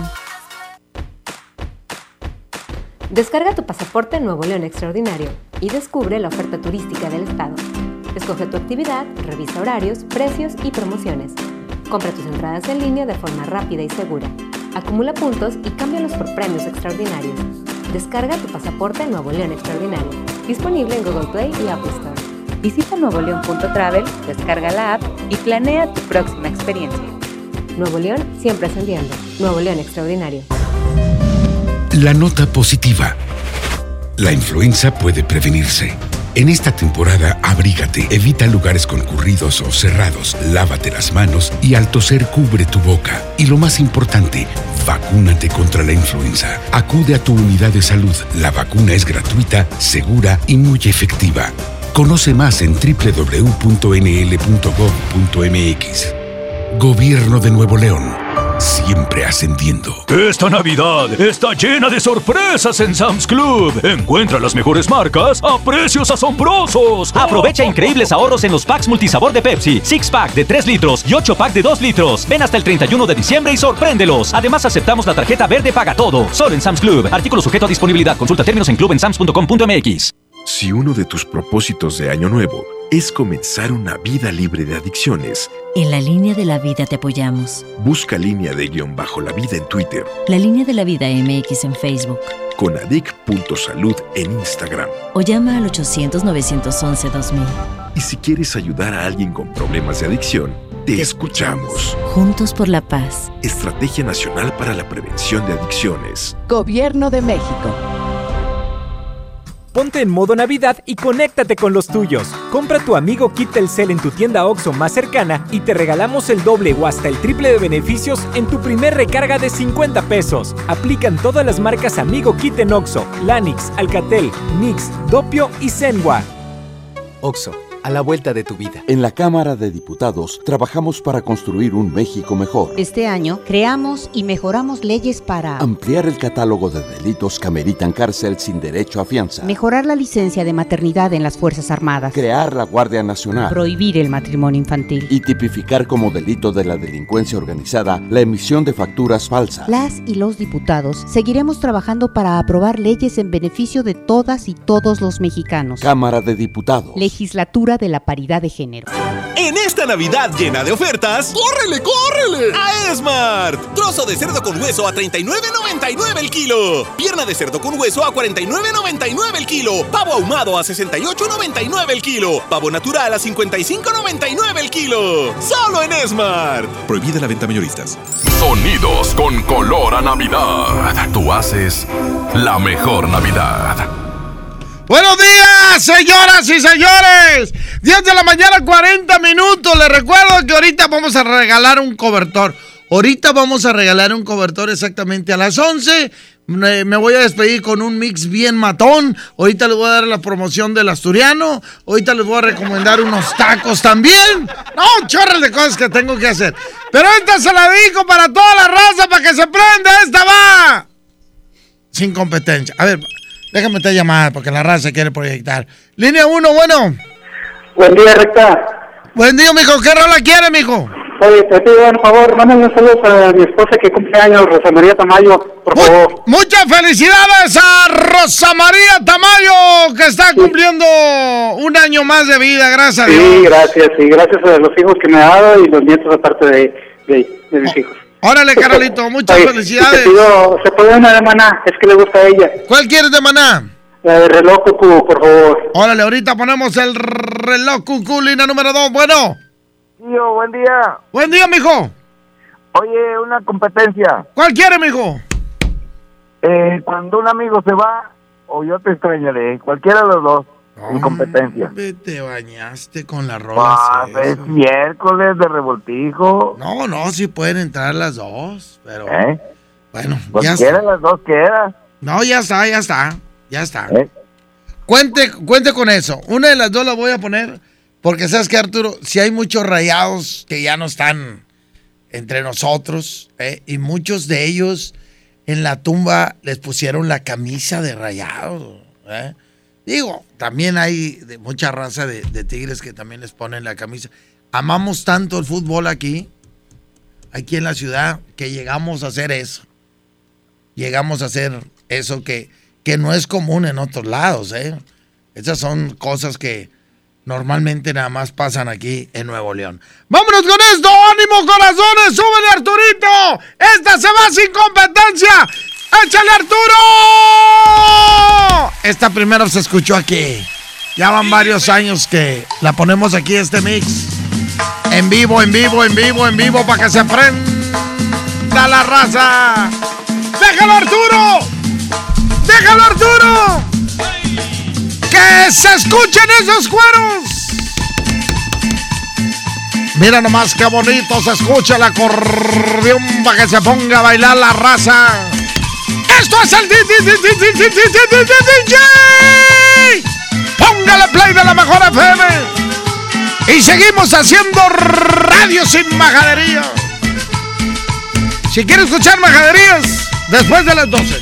Descarga tu pasaporte Nuevo León Extraordinario y descubre la oferta turística del estado. Escoge tu actividad, revisa horarios, precios y promociones. Compra tus entradas en línea de forma rápida y segura. Acumula puntos y cámbialos por premios extraordinarios. Descarga tu pasaporte Nuevo León Extraordinario. Disponible en Google Play y Apple Store. Visita nuevo león punto travel, descarga la app y planea tu próxima experiencia. Nuevo León siempre ascendiendo. Nuevo León Extraordinario. La nota positiva. La influenza puede prevenirse. En esta temporada, abrígate, evita lugares concurridos o cerrados, lávate las manos y al toser cubre tu boca. Y lo más importante, vacúnate contra la influenza. Acude a tu unidad de salud. La vacuna es gratuita, segura y muy efectiva. Conoce más en doble u doble u doble u punto ene ele punto gov punto eme equis. Gobierno de Nuevo León. Siempre ascendiendo. Esta Navidad está llena de sorpresas en Sam's Club. Encuentra las mejores marcas a precios asombrosos. Aprovecha increíbles ahorros en los packs multisabor de Pepsi, six pack de tres litros y ocho pack de dos litros. Ven hasta el treinta y uno de diciembre y sorpréndelos. Además, aceptamos la tarjeta verde Paga Todo. Solo en Sam's Club. Artículo sujeto a disponibilidad. Consulta términos en club en sams punto com punto eme equis. Si uno de tus propósitos de año nuevo es comenzar una vida libre de adicciones, en la línea de la vida te apoyamos. Busca Línea de Guión Bajo la Vida en Twitter. La Línea de la Vida M X en Facebook. Conadic punto salud en Instagram. O llama al ochocientos, novecientos once, dos mil. Y si quieres ayudar a alguien con problemas de adicción, te, te escuchamos. escuchamos. Juntos por la paz. Estrategia Nacional para la Prevención de Adicciones. Gobierno de México. Ponte en modo Navidad y conéctate con los tuyos. Compra tu Amigo Kit Telcel en tu tienda Oxxo más cercana y te regalamos el doble o hasta el triple de beneficios en tu primer recarga de cincuenta pesos. Aplican todas las marcas Amigo Kit en Oxxo, Lanix, Alcatel, Mix, Doppio y Zenwa. Oxxo, a la vuelta de tu vida. En la Cámara de Diputados trabajamos para construir un México mejor. Este año creamos y mejoramos leyes para ampliar el catálogo de delitos que ameritan cárcel sin derecho a fianza, mejorar la licencia de maternidad en las Fuerzas Armadas, crear la Guardia Nacional, prohibir el matrimonio infantil y tipificar como delito de la delincuencia organizada la emisión de facturas falsas. Las y los diputados seguiremos trabajando para aprobar leyes en beneficio de todas y todos los mexicanos. Cámara de Diputados. Legislatura de la paridad de género. En esta Navidad llena de ofertas, ¡córrele, córrele! A Esmart. Trozo de cerdo con hueso a treinta y nueve noventa y nueve el kilo. Pierna de cerdo con hueso a cuarenta y nueve noventa y nueve el kilo. Pavo ahumado a sesenta y ocho noventa y nueve el kilo. Pavo natural a cincuenta y cinco noventa y nueve el kilo. Solo en Esmart. Prohibida la venta a mayoristas. Sonidos con color a Navidad. Tú haces la mejor Navidad. Buenos días, señoras y señores. diez de la mañana, cuarenta minutos. Les recuerdo que ahorita vamos a regalar un cobertor. Ahorita vamos a regalar un cobertor exactamente a las once. Me, me voy a despedir con un mix bien matón. Ahorita les voy a dar la promoción del asturiano. Ahorita les voy a recomendar unos tacos también. No, chorres de cosas que tengo que hacer. Pero esta se la dedico para toda la raza, para que se prenda. Esta va sin competencia. A ver, déjame te llamar porque la raza quiere proyectar. Línea uno, bueno. Buen día, Recta. Buen día, mijo. ¿Qué rola quiere, mijo? Oye, te pido por favor, mándame un saludo a mi esposa que cumple años, Rosa María Tamayo, por Mu- favor. Muchas felicidades a Rosa María Tamayo, que está cumpliendo un año más de vida, gracias a Dios. Sí, gracias, sí, gracias a los hijos que me ha dado y los nietos aparte de, de, de mis hijos. Órale, Carolito, muchas Oye, felicidades. Te pido, se puede una de Maná, es que le gusta a ella. ¿Cuál quieres de Maná? La de reloj cucú, por favor. Órale, ahorita ponemos el reloj cucú, línea número dos, bueno. Tío, buen día. Buen día, mijo. Oye, una competencia. ¿Cuál quiere, mijo? Eh, cuando un amigo se va, o yo te extrañaré, cualquiera de los dos, en competencia. Te bañaste con la rola. Ah, es miércoles de revoltijo. No, no, sí pueden entrar las dos, pero... ¿Eh? Bueno, pues ya quieren está. las dos, queda. No, ya está, ya está, ya está. ¿Eh? Cuente, cuente con eso. Una de las dos la voy a poner, porque sabes que, Arturo, si hay muchos rayados que ya no están entre nosotros, ¿eh? Y muchos de ellos en la tumba les pusieron la camisa de rayados, ¿eh? Digo, también hay de mucha raza de, de tigres que también les ponen la camisa. Amamos tanto el fútbol aquí, aquí en la ciudad, que llegamos a hacer eso. Llegamos a hacer eso que, que no es común en otros lados, ¿eh? Esas son cosas que normalmente nada más pasan aquí en Nuevo León. ¡Vámonos con esto! ¡Ánimo, corazones! ¡Súbele, Arturito! ¡Esta se va sin competencia! ¡Échale, Arturo! Esta primero se escuchó aquí. Ya van varios años que la ponemos aquí, este mix. En vivo, en vivo, en vivo, en vivo, para que se prenda la raza. ¡Déjalo, Arturo! ¡Déjalo, Arturo! ¡Que se escuchen esos cueros! Mira nomás qué bonito se escucha el acordeón para que se ponga a bailar la raza. ¡Esto es el D J! ¡Póngale play de la mejor F M! Y seguimos haciendo radio sin majadería. Si quieres escuchar majaderías, después de las doce.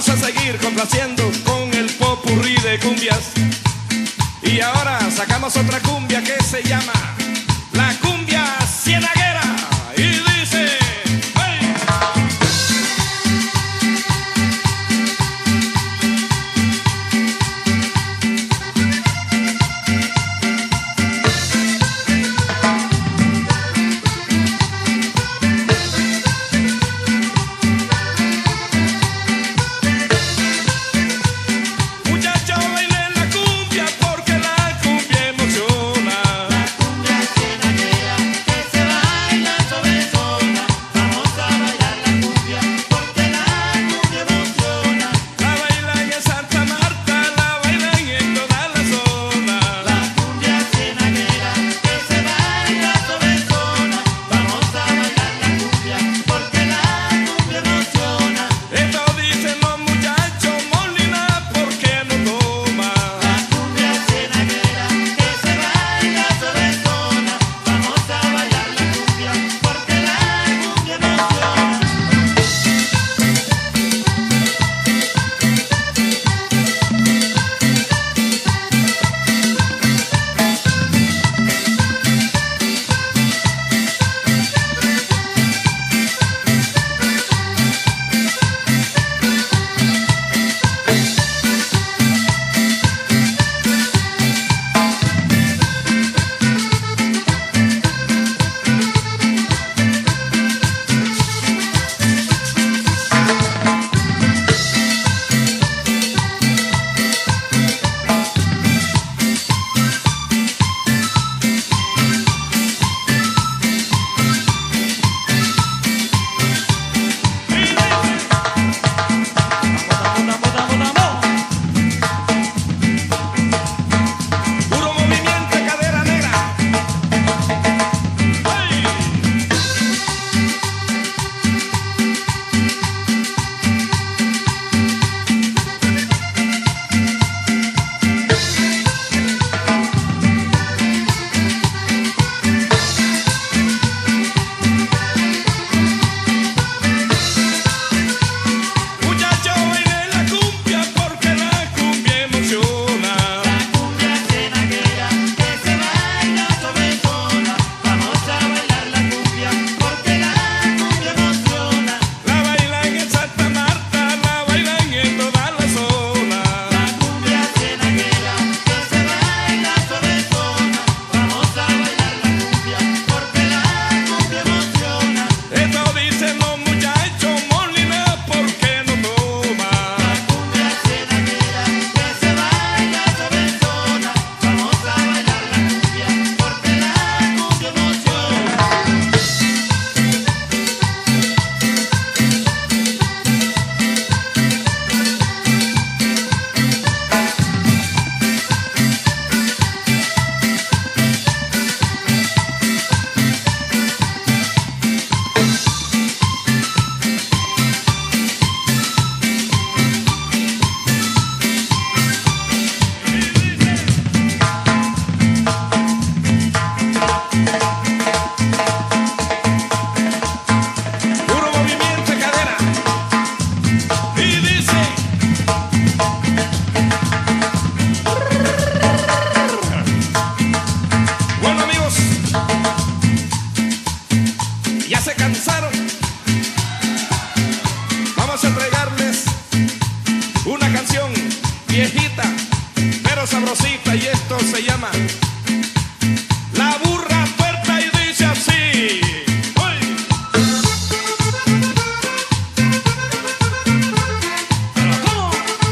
Vamos a seguir complaciendo con el popurrí de cumbias. Y ahora sacamos otra cumbia que se llama la cumbia cienaguera. Y dice... ¡hey! sabrosita y esto se llama La Burra Tuerta y dice así. ¡Uy! ¿Pero cómo?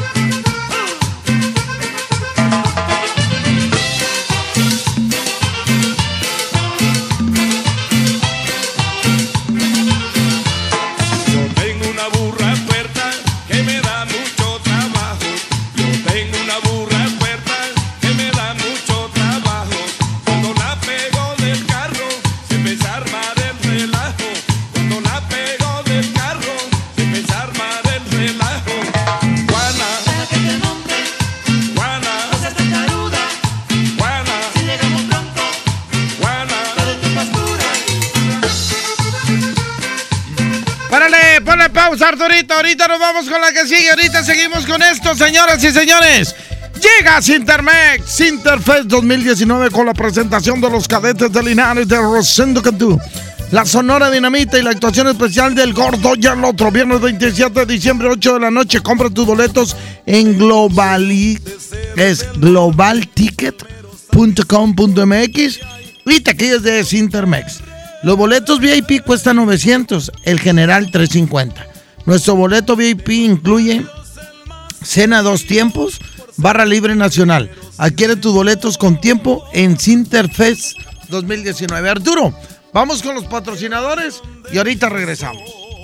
Yo tengo una burra tuerta que me da mucho trabajo. Yo tengo una burra tuerta que me da mucho trabajo. Cuando la pego del carro siempre se arma del relajo. Cuando la pego del carro siempre se arma del relajo. Juana, deja que te monte. Juana, no seas testaruda. Juana, si llegamos pronto. Juana, todo en tu pastura. Párale, ponle pausa Gracias, Arturito. Ahorita nos vamos con la que sigue. Ahorita seguimos con esto, señoras y señores. Llega Sintermex, Sinterfest dos mil diecinueve con la presentación de los cadetes de Linares de Rosendo Cantú, la Sonora Dinamita y la actuación especial del Gordo y el Otro. Viernes veintisiete de diciembre, ocho de la noche. Compra tus boletos en Globali, es global ticket punto com punto m x y taquillas de Sintermex. Los boletos V I P cuestan novecientos, el general trescientos cincuenta. Nuestro boleto V I P incluye cena dos tiempos, barra libre nacional. Adquiere tus boletos con tiempo en Sinterfest dos mil diecinueve. Arturo, vamos con los patrocinadores y ahorita regresamos.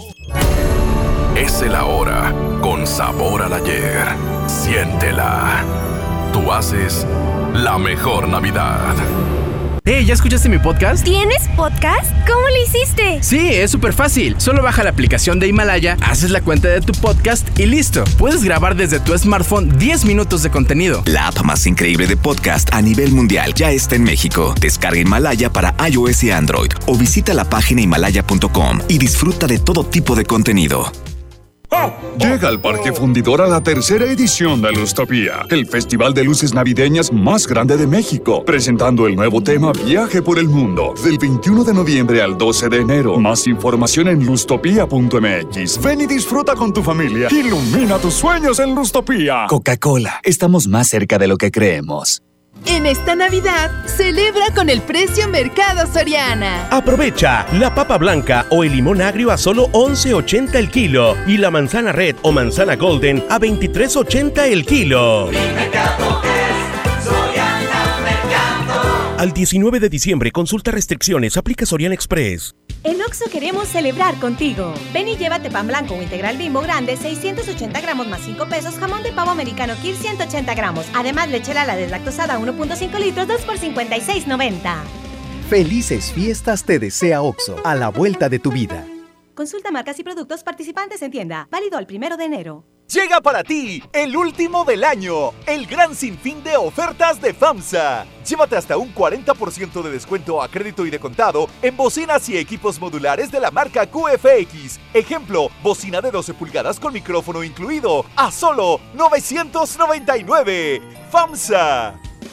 Es el ahora con sabor al ayer. Siéntela. Tú haces la mejor Navidad. Hey, ¿ya escuchaste mi podcast? ¿Tienes podcast? ¿Cómo lo hiciste? Sí, es súper fácil. Solo baja la aplicación de Himalaya, haces la cuenta de tu podcast y listo. Puedes grabar desde tu smartphone diez minutos de contenido. La app más increíble de podcast a nivel mundial ya está en México. Descarga Himalaya para iOS y Android o visita la página himalaya punto com y disfruta de todo tipo de contenido. Llega al Parque Fundidora la tercera edición de Lustopía, el festival de luces navideñas más grande de México, presentando el nuevo tema Viaje por el Mundo, del veintiuno de noviembre al doce de enero. Más información en lustopía punto m x. Ven y disfruta con tu familia. Ilumina tus sueños en Lustopía. Coca-Cola, estamos más cerca de lo que creemos. En esta Navidad, celebra con el precio Mercado Soriana. Aprovecha la papa blanca o el limón agrio a solo once ochenta el kilo y la manzana red o manzana golden a veintitrés ochenta el kilo. Mi mercado es Soriana Mercado. Al diecinueve de diciembre, consulta restricciones, aplica Soriana Express. En Oxxo queremos celebrar contigo. Ven y llévate pan blanco o integral Bimbo grande, seiscientos ochenta gramos más cinco pesos, jamón de pavo americano Kir ciento ochenta gramos. Además, leche Lala deslactosada uno punto cinco litros, dos por cincuenta y seis noventa. Felices fiestas te desea Oxxo, a la vuelta de tu vida. Consulta marcas y productos participantes en tienda. Válido el primero de enero. Llega para ti el último del año, el gran sinfín de ofertas de FAMSA. Llévate hasta un cuarenta por ciento de descuento a crédito y de contado en bocinas y equipos modulares de la marca Q F X. Ejemplo, bocina de doce pulgadas con micrófono incluido a solo novecientos noventa y nueve. FAMSA.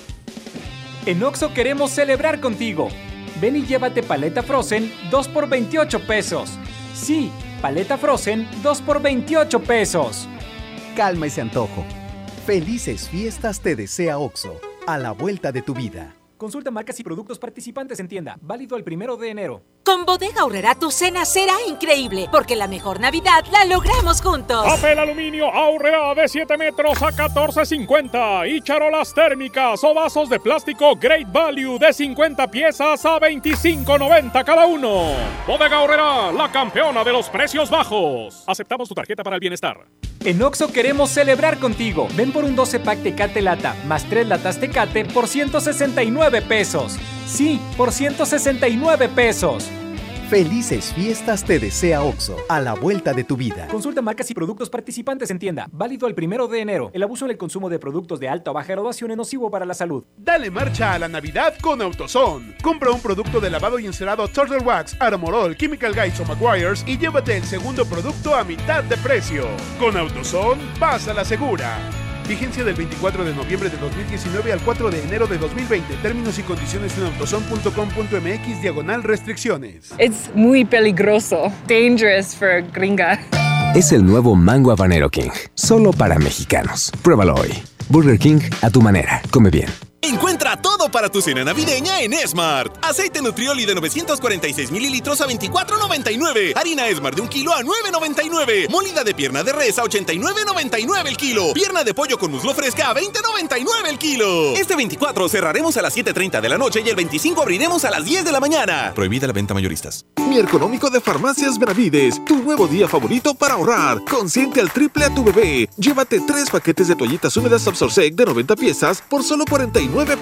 En Oxxo queremos celebrar contigo. Ven y llévate paleta Frozen dos por veintiocho pesos. Sí, paleta Frozen dos por veintiocho pesos. Calma ese antojo. Felices fiestas te desea Oxxo, a la vuelta de tu vida. Consulta marcas y productos participantes en tienda. Válido el primero de enero. Con Bodega Aurrerá tu cena será increíble, porque la mejor Navidad la logramos juntos. Papel aluminio Aurrerá de siete metros a catorce cincuenta y charolas térmicas o vasos de plástico Great Value de cincuenta piezas a veinticinco noventa cada uno. Bodega Aurrerá, la campeona de los precios bajos. Aceptamos tu tarjeta para el bienestar. En Oxxo queremos celebrar contigo. Ven por un doce pack Tecate Lata más tres latas Tecate por ciento sesenta y nueve pesos. Sí, por ciento sesenta y nueve pesos. Felices fiestas te desea Oxxo, a la vuelta de tu vida. Consulta marcas y productos participantes en tienda. Válido el primero de enero. El abuso en el consumo de productos de alta o baja graduación es nocivo para la salud. Dale marcha a la Navidad con AutoZone. Compra un producto de lavado y encerado Turtle Wax, Armorol, Chemical Guys o Meguiar's y llévate el segundo producto a mitad de precio. Con AutoZone, vas a la segura. Vigencia del veinticuatro de noviembre de dos mil diecinueve al cuatro de enero de dos mil veinte. Términos y condiciones en autozone punto com punto m x diagonal restricciones. Es muy peligroso. Dangerous for gringa. Es el nuevo Mango Habanero King. Solo para mexicanos. Pruébalo hoy. Burger King a tu manera. Come bien. Encuentra todo para tu cena navideña en Smart. Aceite Nutrioli de novecientos cuarenta y seis mililitros a veinticuatro noventa y nueve. Harina Smart de un kilo a nueve noventa y nueve. Molida de pierna de res a ochenta y nueve noventa y nueve el kilo. Pierna de pollo con muslo fresca a veinte noventa y nueve el kilo. Este veinticuatro cerraremos a las siete treinta de la noche y el veinticinco abriremos a las diez de la mañana. Prohibida la venta mayoristas. Mi económico de Farmacias Benavides. Tu nuevo día favorito para ahorrar. Consiente al triple a tu bebé. Llévate tres paquetes de toallitas húmedas Absorsec de noventa piezas por solo cuarenta y nueve pesos.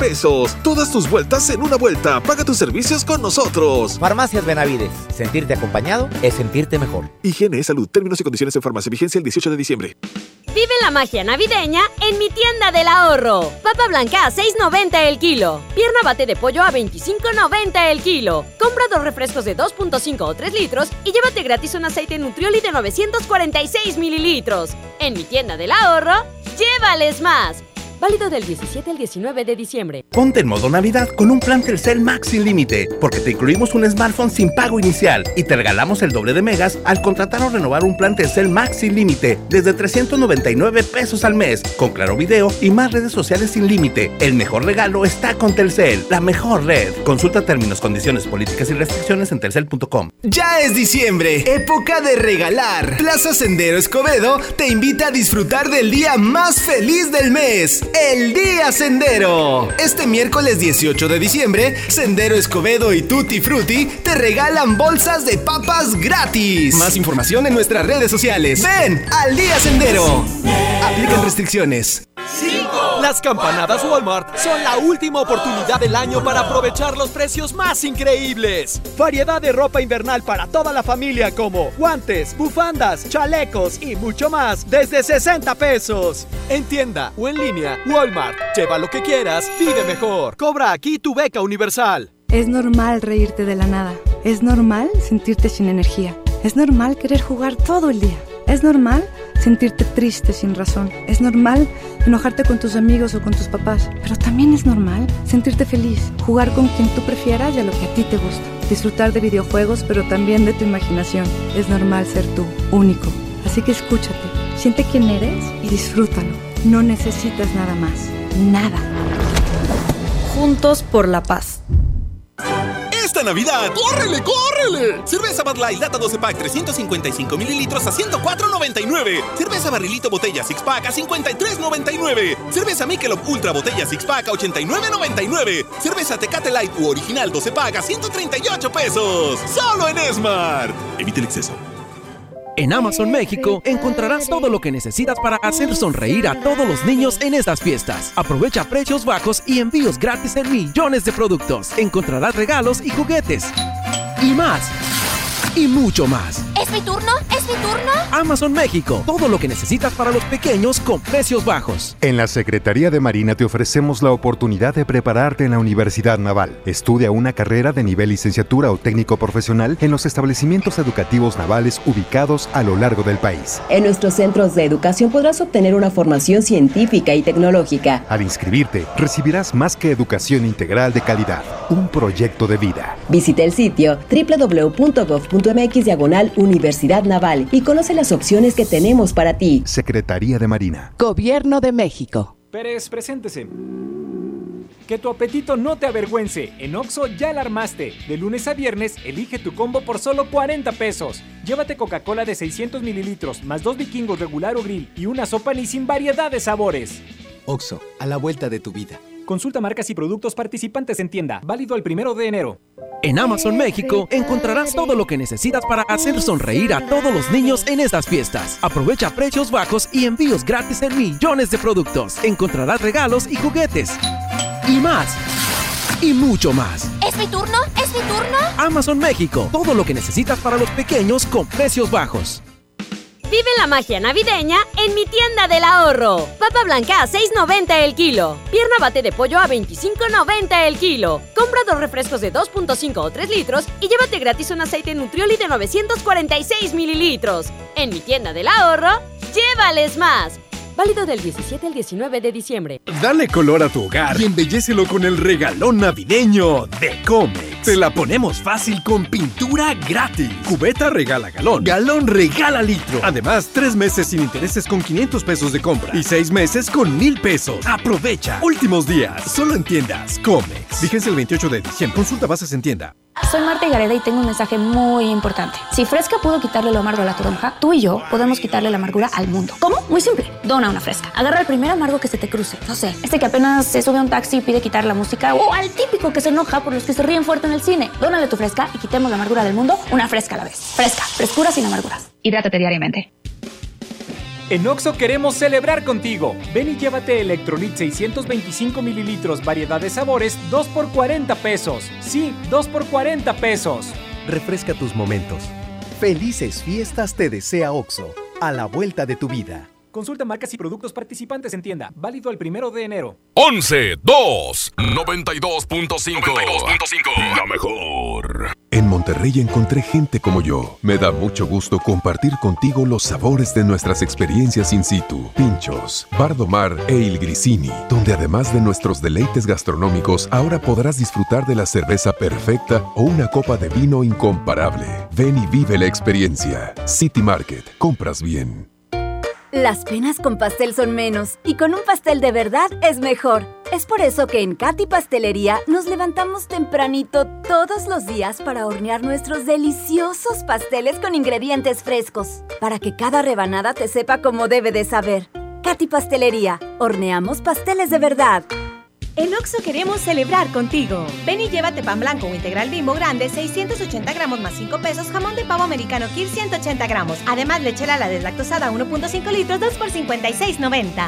Juntos, todas tus vueltas en una vuelta. Paga tus servicios con nosotros. Farmacias Benavides. Sentirte acompañado es sentirte mejor. Higiene, salud, términos y condiciones en farmacia. Vigencia el dieciocho de diciembre. Vive la magia navideña en mi tienda del ahorro. Papa blanca a seis noventa el kilo. Pierna bate de pollo a veinticinco noventa el kilo. Compra dos refrescos de dos punto cinco o tres litros y llévate gratis un aceite Nutrioli de novecientos cuarenta y seis mililitros. En mi tienda del ahorro, llévales más. Válido del diecisiete al diecinueve de diciembre. Ponte en modo Navidad con un plan Telcel Max sin límite, porque te incluimos un smartphone sin pago inicial y te regalamos el doble de megas al contratar o renovar un plan Telcel Max sin límite desde trescientos noventa y nueve pesos al mes, con claro video y más redes sociales sin límite. El mejor regalo está con Telcel, la mejor red. Consulta términos, condiciones, políticas y restricciones en telcel punto com. Ya es diciembre, época de regalar. Plaza Sendero Escobedo te invita a disfrutar del día más feliz del mes. El Día Sendero. Este miércoles dieciocho de diciembre, Sendero Escobedo y Tutti Frutti te regalan bolsas de papas gratis. Más información en nuestras redes sociales. Ven al Día Sendero. Aplican restricciones. cinco. Las campanadas Walmart son la última oportunidad del año para aprovechar los precios más increíbles. Variedad de ropa invernal para toda la familia como guantes, bufandas, chalecos y mucho más desde sesenta pesos. En tienda o en línea, Walmart. Lleva lo que quieras, vive mejor. Cobra aquí tu beca universal. Es normal reírte de la nada. Es normal sentirte sin energía. Es normal querer jugar todo el día. Es normal sentirte triste sin razón. Es normal enojarte con tus amigos o con tus papás. Pero también es normal sentirte feliz, jugar con quien tú prefieras y a lo que a ti te gusta. Disfrutar de videojuegos, pero también de tu imaginación. Es normal ser tú, único. Así que escúchate, siente quién eres y disfrútalo. No necesitas nada más. Nada. Juntos por la paz. Esta Navidad, ¡córrele, córrele! Cerveza Bud Light Lata doce pack trescientos cincuenta y cinco mililitros a ciento cuatro noventa y nueve. Cerveza Barrilito Botella six pack a cincuenta y tres noventa y nueve. Cerveza Michelob Ultra Botella six pack a ochenta y nueve noventa y nueve. Cerveza Tecate Light u Original doce pack a ciento treinta y ocho pesos. Solo en Esmart. Evite el exceso. En Amazon México encontrarás todo lo que necesitas para hacer sonreír a todos los niños en estas fiestas. Aprovecha precios bajos y envíos gratis en millones de productos. Encontrarás regalos y juguetes. Y más. Y mucho más. ¿Es mi turno? ¿Es mi turno? Amazon México. Todo lo que necesitas para los pequeños con precios bajos. En la Secretaría de Marina te ofrecemos la oportunidad de prepararte en la Universidad Naval. Estudia una carrera de nivel licenciatura o técnico profesional en los establecimientos educativos navales ubicados a lo largo del país. En nuestros centros de educación podrás obtener una formación científica y tecnológica. Al inscribirte, recibirás más que educación integral de calidad, un proyecto de vida. Visita el sitio doble u doble u doble u punto gov punto m x diagonal Universidad Naval y conoce las opciones que tenemos para ti. Secretaría de Marina. Gobierno de México. Pérez, preséntese. Que tu apetito no te avergüence. En Oxxo ya la armaste. De lunes a viernes, elige tu combo por solo cuarenta pesos. Llévate Coca-Cola de seiscientos mililitros, más dos vikingos regular o grill y una sopa ni sin variedad de sabores. Oxxo, a la vuelta de tu vida. Consulta marcas y productos participantes en tienda. Válido el primero de enero. En Amazon México encontrarás todo lo que necesitas para hacer sonreír a todos los niños en estas fiestas. Aprovecha precios bajos y envíos gratis en millones de productos. Encontrarás regalos y juguetes. Y más. Y mucho más. ¿Es mi turno? ¿Es mi turno? Amazon México. Todo lo que necesitas para los pequeños con precios bajos. Vive la magia navideña en mi tienda del ahorro. Papa blanca a seis noventa el kilo. Pierna bate de pollo a veinticinco noventa el kilo. Compra dos refrescos de dos punto cinco o tres litros y llévate gratis un aceite Nutrioli de novecientos cuarenta y seis mililitros. En mi tienda del ahorro, llévales más. Válido del diecisiete al diecinueve de diciembre. Dale color a tu hogar y embellécelo con el regalón navideño de Comex. Te la ponemos fácil con pintura gratis. Cubeta regala galón. Galón regala litro. Además, tres meses sin intereses con quinientos pesos de compra y seis meses con mil pesos. Aprovecha. Últimos días. Solo en tiendas Comex. Vigencia el veintiocho de diciembre. Consulta bases en tienda. Soy Marta Gareda y tengo un mensaje muy importante. Si Fresca pudo quitarle lo amargo a la toronja, tú y yo podemos quitarle la amargura al mundo. ¿Cómo? Muy simple. Dona una Fresca. Agarra el primer amargo que se te cruce. No sé, este que apenas se sube a un taxi y pide quitar la música, o al típico que se enoja por los que se ríen fuerte en el cine. Dónale tu Fresca y quitemos la amargura del mundo una Fresca a la vez. Fresca. Frescura sin amarguras. Hidrátate diariamente. En Oxxo queremos celebrar contigo. Ven y llévate Electrolit seiscientos veinticinco mililitros, variedad de sabores, dos por cuarenta pesos. Sí, dos por cuarenta pesos. Refresca tus momentos. Felices fiestas te desea Oxxo, a la vuelta de tu vida. Consulta marcas y productos participantes en tienda. Válido el primero de enero. once, dos, noventa y dos punto cinco. La mejor. En Monterrey encontré gente como yo. Me da mucho gusto compartir contigo los sabores de nuestras experiencias in situ. Pinchos, Bardomar e Il Grisini, donde además de nuestros deleites gastronómicos, ahora podrás disfrutar de la cerveza perfecta o una copa de vino incomparable. Ven y vive la experiencia. City Market. Compras bien. Las penas con pastel son menos y con un pastel de verdad es mejor. Es por eso que en Katy Pastelería nos levantamos tempranito todos los días para hornear nuestros deliciosos pasteles con ingredientes frescos, para que cada rebanada te sepa como debe de saber. Katy Pastelería, horneamos pasteles de verdad. En Oxxo queremos celebrar contigo. Ven y llévate pan blanco o integral Bimbo grande, seiscientos ochenta gramos más cinco pesos, jamón de pavo americano Kir ciento ochenta gramos. Además, leche Lala deslactosada uno punto cinco litros, dos por cincuenta y seis noventa.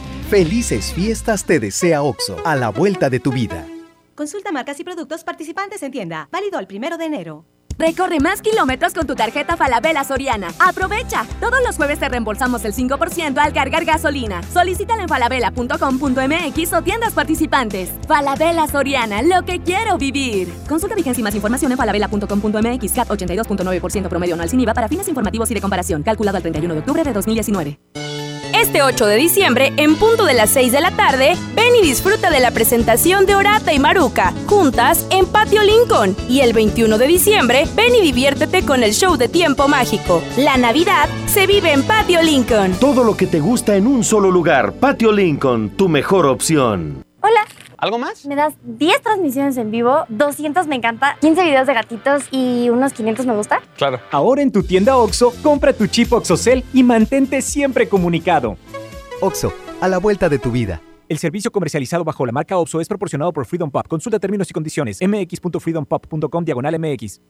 Felices fiestas te desea Oxxo, a la vuelta de tu vida. Consulta marcas y productos participantes en tienda. Válido el primero de enero. Recorre más kilómetros con tu tarjeta Falabella Soriana. ¡Aprovecha! Todos los jueves te reembolsamos el cinco por ciento al cargar gasolina. Solicítala en falabella punto com punto m x o tiendas participantes. Falabella Soriana, lo que quiero vivir. Consulta vigencia y más información en falabella punto com punto m x. C A T ochenta y dos punto nueve por ciento promedio anual sin I V A para fines informativos y de comparación. Calculado al treinta y uno de octubre de dos mil diecinueve. Este ocho de diciembre, en punto de las seis de la tarde, ven y disfruta de la presentación de Orata y Maruca, juntas en Patio Lincoln. Y el veintiuno de diciembre, ven y diviértete con el show de Tiempo Mágico. La Navidad se vive en Patio Lincoln. Todo lo que te gusta en un solo lugar. Patio Lincoln, tu mejor opción. Hola. ¿Algo más? Me das diez transmisiones en vivo, doscientos me encanta, quince videos de gatitos y unos quinientos me gusta. Claro. Ahora en tu tienda Oxxo, compra tu chip OXXOCEL y mantente siempre comunicado. Oxxo, a la vuelta de tu vida. El servicio comercializado bajo la marca Oxxo es proporcionado por Freedom Pop. Consulta términos y condiciones. m x punto freedom pop punto com diagonal m x.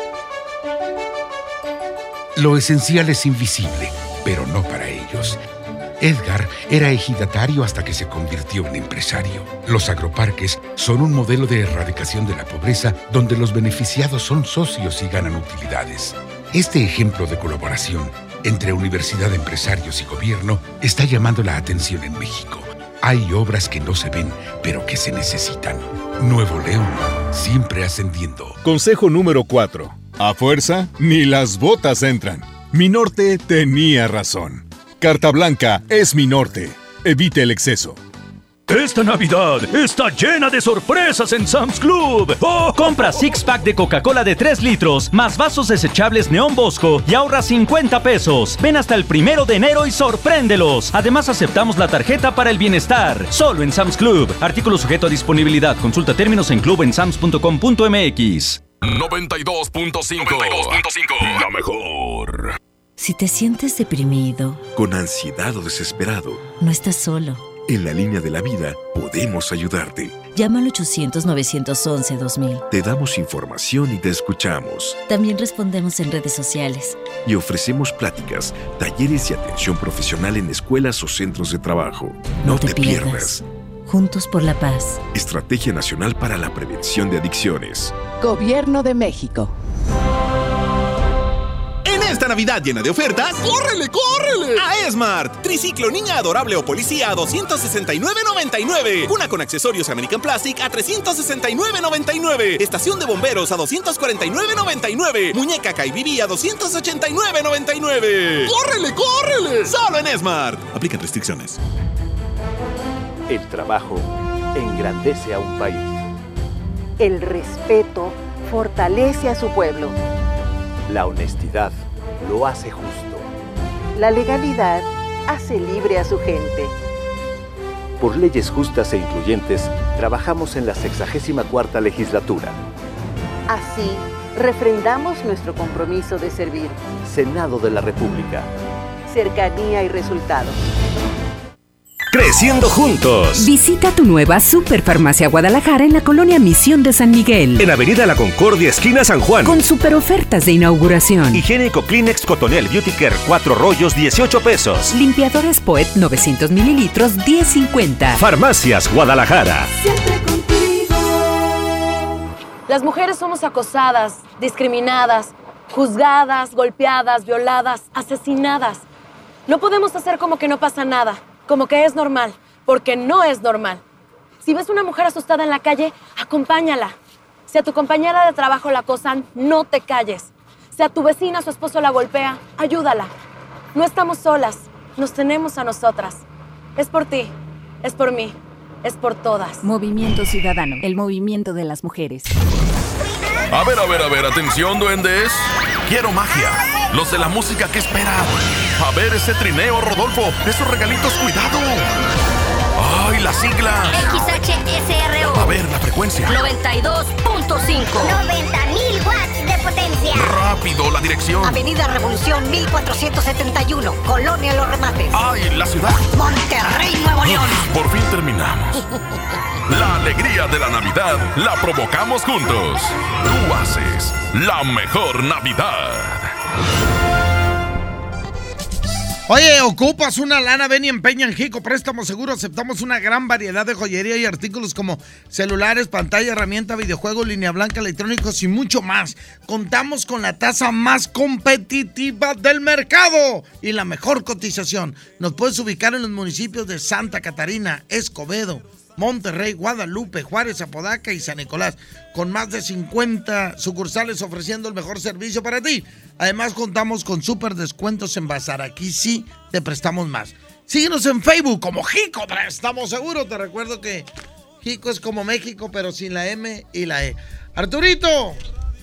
Lo esencial es invisible, pero no para ellos. Edgar era ejidatario hasta que se convirtió en empresario. Los agroparques son un modelo de erradicación de la pobreza donde los beneficiados son socios y ganan utilidades. Este ejemplo de colaboración entre universidad, empresarios y gobierno está llamando la atención en México. Hay obras que no se ven, pero que se necesitan. Nuevo León, siempre ascendiendo. Consejo número cuatro. A fuerza, ni las botas entran. Mi norte tenía razón. Carta Blanca es mi norte. Evite el exceso. Esta Navidad está llena de sorpresas en Sam's Club. ¡Oh! Compra six pack de Coca-Cola de tres litros, más vasos desechables Neón Bosco y ahorra cincuenta pesos. Ven hasta el primero de enero y sorpréndelos. Además, aceptamos la tarjeta para el bienestar. Solo en Sam's Club. Artículo sujeto a disponibilidad. Consulta términos en club en sams punto com punto m x. noventa y dos punto cinco. La mejor. Si te sientes deprimido, con ansiedad o desesperado, no estás solo. En la línea de la vida podemos ayudarte. Llama al ochocientos, novecientos once, dos mil. Te damos información y te escuchamos. También respondemos en redes sociales. Y ofrecemos pláticas, talleres y atención profesional en escuelas o centros de trabajo. No, no te, te pierdas. pierdas. Juntos por la paz. Estrategia Nacional para la Prevención de Adicciones. Gobierno de México. Esta Navidad llena de ofertas, ¡córrele, córrele! A Esmart. Triciclo Niña Adorable o Policía a doscientos sesenta y nueve noventa y nueve. Cuna con accesorios American Plastic a trescientos sesenta y nueve noventa y nueve. Estación de bomberos a doscientos cuarenta y nueve noventa y nueve. Muñeca Kaibibi a doscientos ochenta y nueve noventa y nueve. ¡Córrele, córrele! Solo en Esmart. Aplican restricciones. El trabajo engrandece a un país. El respeto fortalece a su pueblo. La honestidad lo hace justo. La legalidad hace libre a su gente. Por leyes justas e incluyentes, trabajamos en la sexagésima cuarta legislatura. Así, refrendamos nuestro compromiso de servir. Senado de la República. Cercanía y resultados. creciendo juntos. Visita tu nueva Superfarmacia Guadalajara en la colonia Misión de San Miguel. En Avenida La Concordia, esquina San Juan. Con super ofertas de inauguración. Higiénico Kleenex Cotonel Beauty Care, cuatro rollos, dieciocho pesos. Limpiadores Poet, novecientos mililitros, diez cincuenta. Farmacias Guadalajara. Siempre contigo. Las mujeres somos acosadas, discriminadas, juzgadas, golpeadas, violadas, asesinadas. No podemos hacer como que no pasa nada, como que es normal, porque no es normal. Si ves una mujer asustada en la calle, acompáñala. Si a tu compañera de trabajo la acosan, no te calles. Si a tu vecina su esposo la golpea, ayúdala. No estamos solas, nos tenemos a nosotras. Es por ti, es por mí, es por todas. Movimiento Ciudadano, el movimiento de las mujeres. A ver, a ver, a ver, atención, duendes. Quiero magia. Los de la música que esperan. A ver ese trineo, Rodolfo. Esos regalitos, cuidado. ¡Ay, las siglas! X H S R O. A ver, la frecuencia. noventa y dos punto cinco. noventa mil watts de potencia. Rápido, la dirección. Avenida Revolución mil cuatrocientos setenta y uno. Colonia Los Remates. ¡Ay, la ciudad! Monterrey, Nuevo León. Por fin terminamos. La alegría de la Navidad la provocamos juntos. Tú haces la mejor Navidad. Oye, ¿ocupas una lana? Ven y empeña en Jico Préstamo Seguro. Aceptamos una gran variedad de joyería y artículos como celulares, pantalla, herramienta, videojuegos, línea blanca, electrónicos y mucho más. Contamos con la tasa más competitiva del mercado y la mejor cotización. Nos puedes ubicar en los municipios de Santa Catarina, Escobedo, Monterrey, Guadalupe, Juárez, Apodaca y San Nicolás, con más de cincuenta sucursales ofreciendo el mejor servicio para ti. Además, contamos con súper descuentos en Bazar. Aquí sí te prestamos más. Síguenos en Facebook como Jico Préstamo Seguro. Te recuerdo que Jico es como México, pero sin la M y la E. Arturito,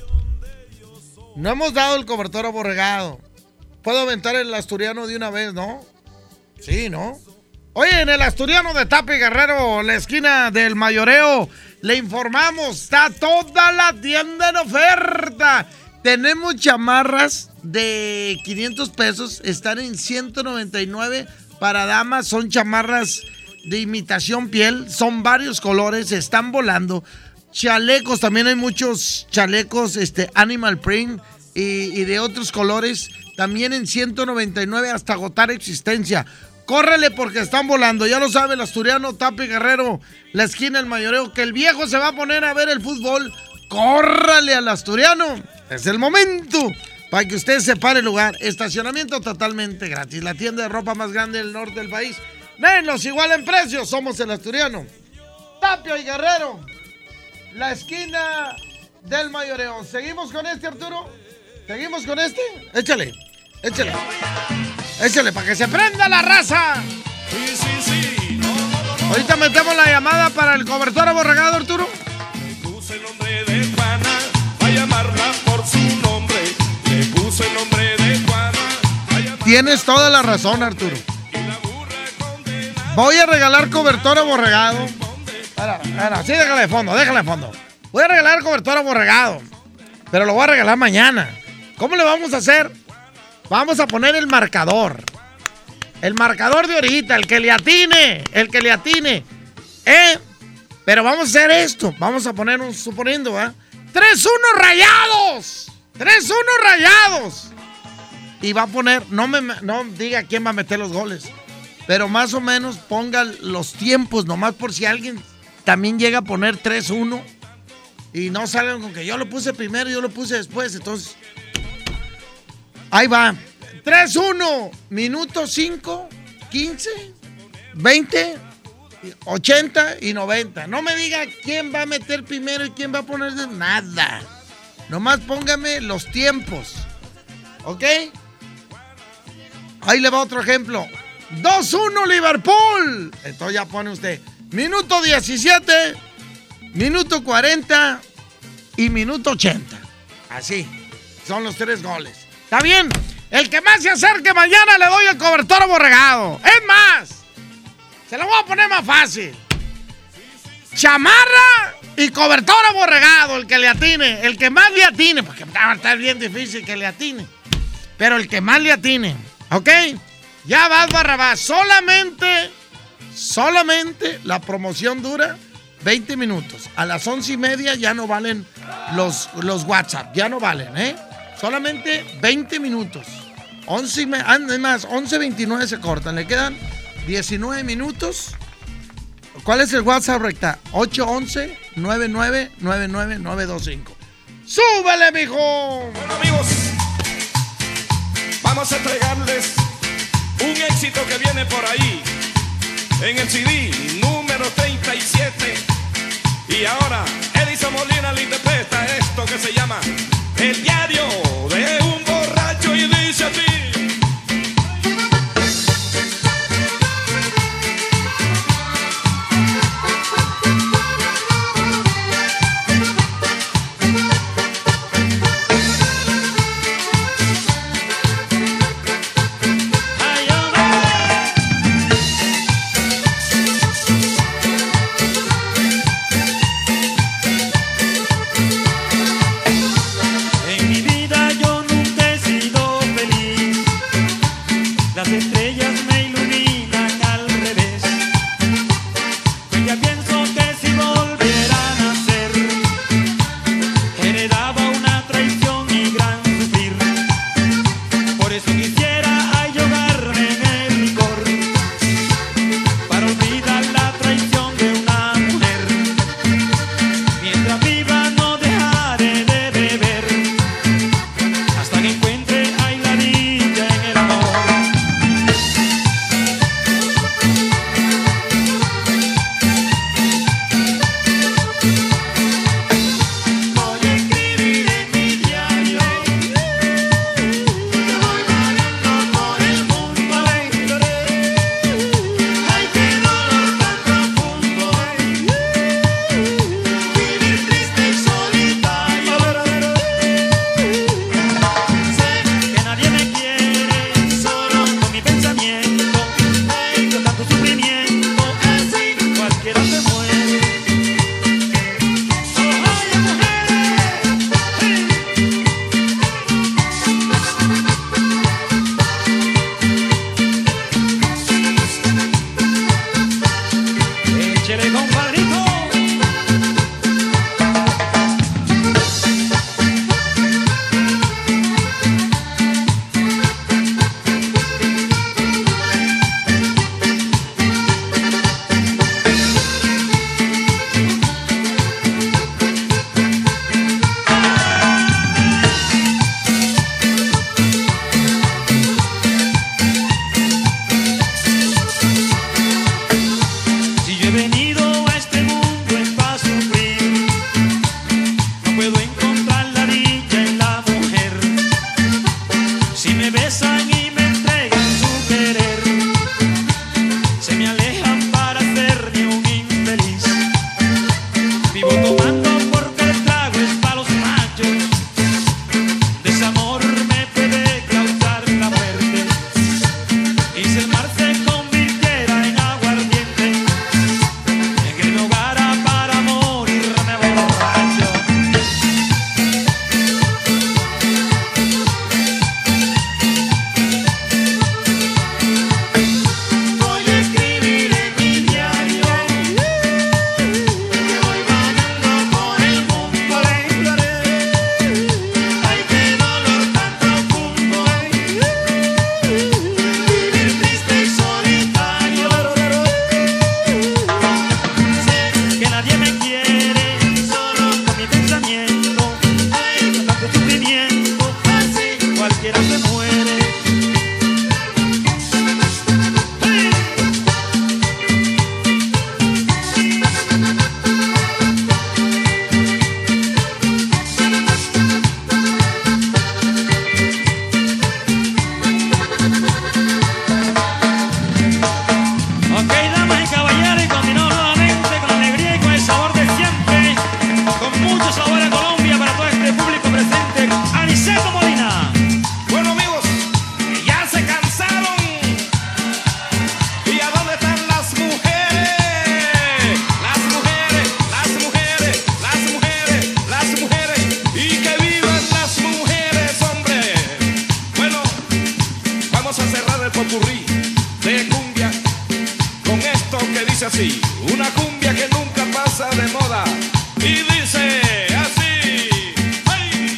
no hemos dado el cobertor aborregado. Puedo aventar el asturiano de una vez, ¿no? Sí, ¿no? Oye, en el asturiano de Tapi Guerrero, la esquina del Mayoreo, le informamos, está toda la tienda en oferta. Tenemos chamarras de quinientos pesos, están en ciento noventa y nueve para damas, son chamarras de imitación piel, son varios colores, están volando. Chalecos, también hay muchos chalecos, este, animal print y, y de otros colores, también en ciento noventa y nueve hasta agotar existencia. Córrele porque están volando, ya lo sabe el asturiano Tapi Guerrero, la esquina del Mayoreo, que el viejo se va a poner a ver el fútbol. Córrale al asturiano, es el momento para que usted separe el lugar. Estacionamiento totalmente gratis, la tienda de ropa más grande del norte del país. Menos igual en precios, somos el asturiano Tapio y Guerrero, la esquina del Mayoreo. ¿Seguimos con este, Arturo? ¿Seguimos con este? Échale, échale. Échale, para que se prenda la raza. Sí, sí, sí. Ahorita metemos la llamada para el cobertor aborregado, Arturo. Le puse el nombre de Juana, va a llamarla por su nombre. Le puse el nombre de Juana. Tienes toda la razón, Arturo. Voy a regalar cobertor aborregado. Espera, espera, sí, déjale de fondo, déjale de fondo. Voy a regalar cobertor aborregado, pero lo voy a regalar mañana. ¿Cómo le vamos a hacer? Vamos a poner el marcador. El marcador de ahorita, el que le atine, el que le atine. ¿Eh? Pero vamos a hacer esto. Vamos a poner un, suponiendo, ¿eh? tres uno rayados. tres uno rayados. Y va a poner, no me no diga quién va a meter los goles, pero más o menos ponga los tiempos, nomás por si alguien también llega a poner tres uno. Y no salgan con que yo lo puse primero y yo lo puse después, entonces... Ahí va. tres uno, minuto cinco, quince, veinte, ochenta y noventa. No me diga quién va a meter primero y quién va a poner de nada. Nomás póngame los tiempos. ¿Ok? Ahí le va otro ejemplo. dos uno Liverpool. Entonces ya pone usted minuto diecisiete, minuto cuarenta y minuto ochenta. Así. Son los tres goles. ¿Está bien? El que más se acerque mañana le doy el cobertor aborregado. Es más, se lo voy a poner más fácil. Chamarra y cobertor aborregado, el que le atine. El que más le atine, porque va a estar bien difícil que le atine. Pero el que más le atine, ¿ok? Ya vas, Barrabás. Solamente Solamente la promoción dura veinte minutos. A las once y media ya no valen los, los WhatsApp, ya no valen, ¿eh? Solamente veinte minutos. once y me, además, once veintinueve se cortan, le quedan diecinueve minutos. ¿Cuál es el WhatsApp, recta? ocho once, nueve nueve nueve nueve nueve dos cinco. ¡Súbele, mijo! Bueno, amigos, vamos a entregarles un éxito que viene por ahí en el C D número treinta y siete. Y ahora Edison Molina le interpreta esto que se llama El diario de un borracho y dice así. Si yo he venido así, una cumbia que nunca pasa de moda. Y dice así. ¡Hey!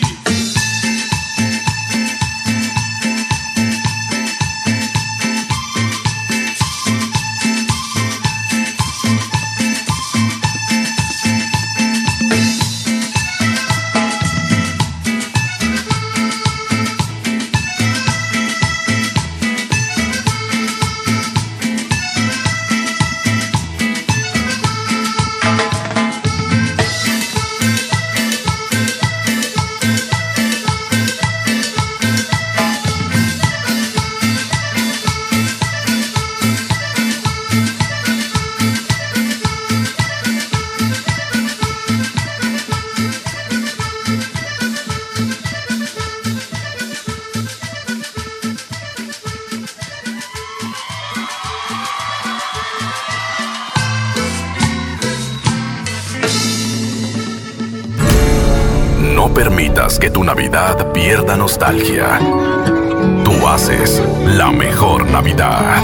No permitas que tu Navidad pierda nostalgia. Tú haces la mejor Navidad.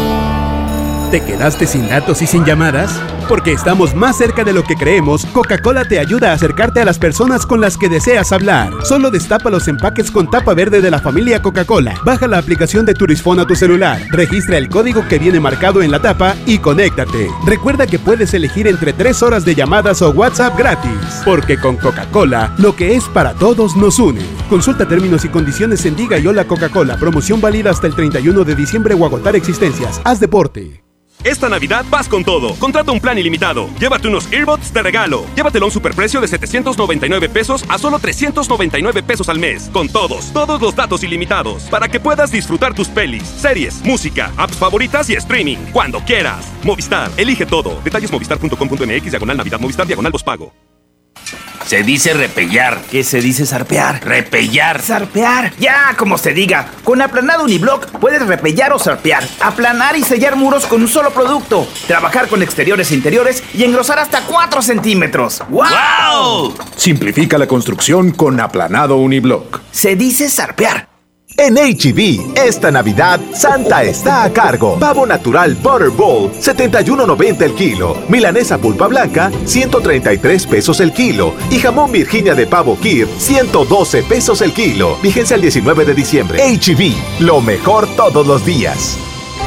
¿Te quedaste sin datos y sin llamadas? Porque estamos más cerca de lo que creemos, Coca-Cola te ayuda a acercarte a las personas con las que deseas hablar. Solo destapa los empaques con tapa verde de la familia Coca-Cola. Baja la aplicación de Turisfón a tu celular, registra el código que viene marcado en la tapa y conéctate. Recuerda que puedes elegir entre tres horas de llamadas o WhatsApp gratis. Porque con Coca-Cola, lo que es para todos nos une. Consulta términos y condiciones en Diga y Hola Coca-Cola. Promoción válida hasta el treinta y uno de diciembre o agotar existencias. Haz deporte. Esta Navidad vas con todo. Contrata un plan ilimitado. Llévate unos earbuds de regalo. Llévatelo a un superprecio de setecientos noventa y nueve pesos a solo trescientos noventa y nueve pesos al mes. Con todos, todos los datos ilimitados. Para que puedas disfrutar tus pelis, series, música, apps favoritas y streaming. Cuando quieras. Movistar, elige todo. Detalles movistar punto com punto m x, diagonal Navidad, Movistar, diagonal pospago. Se dice repellar. ¿Qué se dice zarpear? Repellar. Zarpear. Ya, como se diga. Con Aplanado Uniblock puedes repellar o zarpear. Aplanar y sellar muros con un solo producto. Trabajar con exteriores e interiores y engrosar hasta cuatro centímetros. ¡Wow! ¡Wow! Simplifica la construcción con Aplanado Uniblock. Se dice zarpear. En H E B, esta Navidad, Santa está a cargo. Pavo natural Butter Bowl, setenta y uno noventa el kilo. Milanesa pulpa blanca, ciento treinta y tres pesos el kilo. Y jamón Virginia de pavo Kir, ciento doce pesos el kilo. Vigencia el diecinueve de diciembre. H E B, lo mejor todos los días.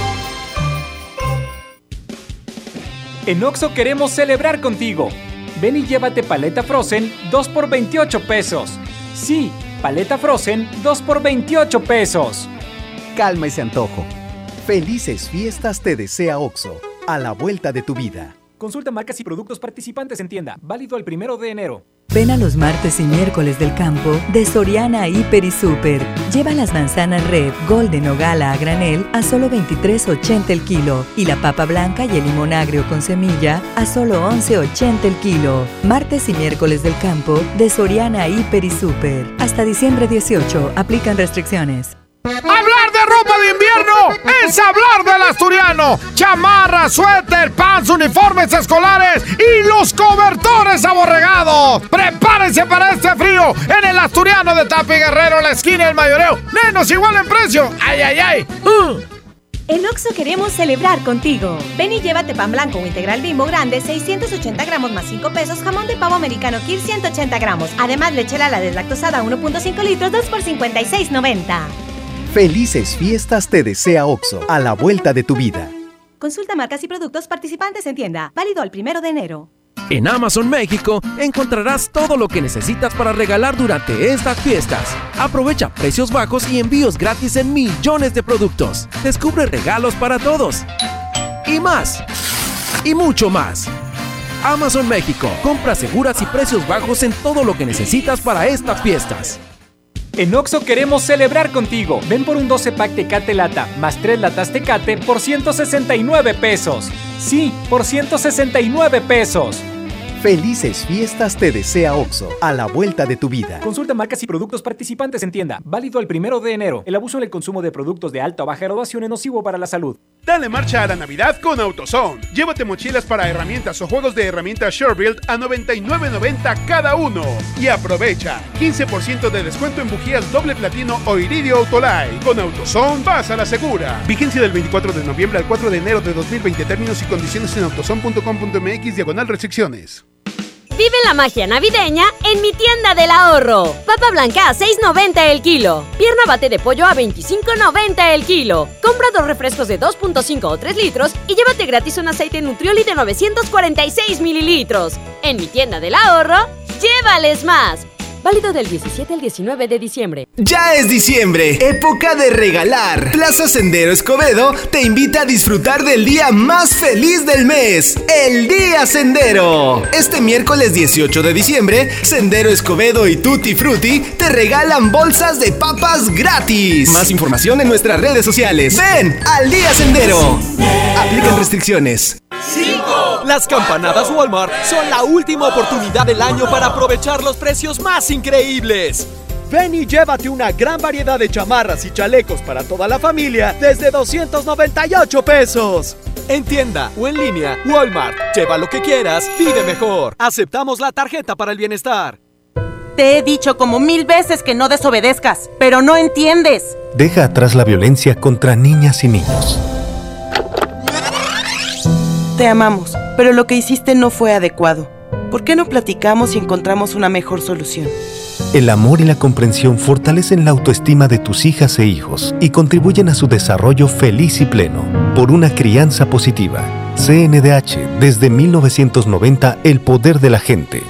En Oxxo queremos celebrar contigo. Ven y llévate paleta Frozen dos por veintiocho pesos. Sí, paleta Frozen dos por veintiocho pesos. Calma ese antojo. Felices fiestas te desea Oxxo, a la vuelta de tu vida. Consulta marcas y productos participantes en tienda. Válido el primero de enero. Ven a los martes y miércoles del campo de Soriana Hiper y Super. Lleva las manzanas Red, Golden o Gala a granel a solo veintitrés ochenta el kilo y la papa blanca y el limón agrio con semilla a solo once ochenta el kilo. Martes y miércoles del campo de Soriana Hiper y Super. Hasta diciembre dieciocho. Aplican restricciones. Hablar de ropa de invierno es hablar del asturiano. Chamarra, suéter, pants, uniformes escolares y los cobertores aborregados. Prepárense para este frío en el asturiano de Tapi Guerrero, la esquina del Mayoreo. Menos igual en precio. ¡Ay, ay, ay! Uh. En Oxxo queremos celebrar contigo. Ven y llévate pan blanco o integral Bimbo grande, seiscientos ochenta gramos más cinco pesos, jamón de pavo americano Kir ciento ochenta gramos. Además, leche Lala deslactosada uno punto cinco litros, dos por cincuenta y seis noventa. Felices fiestas te desea Oxxo, a la vuelta de tu vida. Consulta marcas y productos participantes en tienda. Válido el primero de enero. En Amazon México encontrarás todo lo que necesitas para regalar durante estas fiestas. Aprovecha precios bajos y envíos gratis en millones de productos. Descubre regalos para todos. Y más. Y mucho más. Amazon México. Compras seguras y precios bajos en todo lo que necesitas para estas fiestas. En Oxxo queremos celebrar contigo. Ven por un doce pack Tecate Lata más tres latas Tecate por ciento sesenta y nueve pesos. Sí, por ciento sesenta y nueve pesos. Felices fiestas te desea Oxxo, a la vuelta de tu vida. Consulta marcas y productos participantes en tienda. Válido el primero de enero. El abuso en el consumo de productos de alta o baja graduación es nocivo para la salud. Dale marcha a la Navidad con AutoZone. Llévate mochilas para herramientas o juegos de herramientas SureBuild a noventa y nueve noventa cada uno. Y aprovecha quince por ciento de descuento en bujías doble platino o iridio Autolite. Con AutoZone vas a la segura. Vigencia del veinticuatro de noviembre al cuatro de enero de dos mil veinte. Términos y condiciones en autozone punto com punto m x diagonal restricciones. Vive la magia navideña en mi tienda del ahorro. Papa blanca a seis noventa el kilo. Pierna bate de pollo a veinticinco noventa el kilo. Compra dos refrescos de dos punto cinco o tres litros y llévate gratis un aceite Nutrioli de novecientos cuarenta y seis mililitros. En mi tienda del ahorro, llévales más. Válido del diecisiete al diecinueve de diciembre. Ya es diciembre, época de regalar. Plaza Sendero Escobedo te invita a disfrutar del día más feliz del mes, el Día Sendero. Este miércoles dieciocho de diciembre, Sendero Escobedo y Tutti Frutti te regalan bolsas de papas gratis. Más información en nuestras redes sociales. ¡Ven al Día Sendero! Aplican restricciones. cinco. Las campanadas Walmart son la última oportunidad del año para aprovechar los precios más increíbles. Ven y llévate una gran variedad de chamarras y chalecos para toda la familia desde doscientos noventa y ocho pesos. En tienda o en línea, Walmart. Lleva lo que quieras, vive mejor. Aceptamos la tarjeta para el bienestar. Te he dicho como mil veces que no desobedezcas, pero no entiendes. Deja atrás la violencia contra niñas y niños. Te amamos, pero lo que hiciste no fue adecuado. ¿Por qué no platicamos y encontramos una mejor solución? El amor y la comprensión fortalecen la autoestima de tus hijas e hijos y contribuyen a su desarrollo feliz y pleno. Por una crianza positiva. C N D H, desde mil novecientos noventa, el poder de la gente.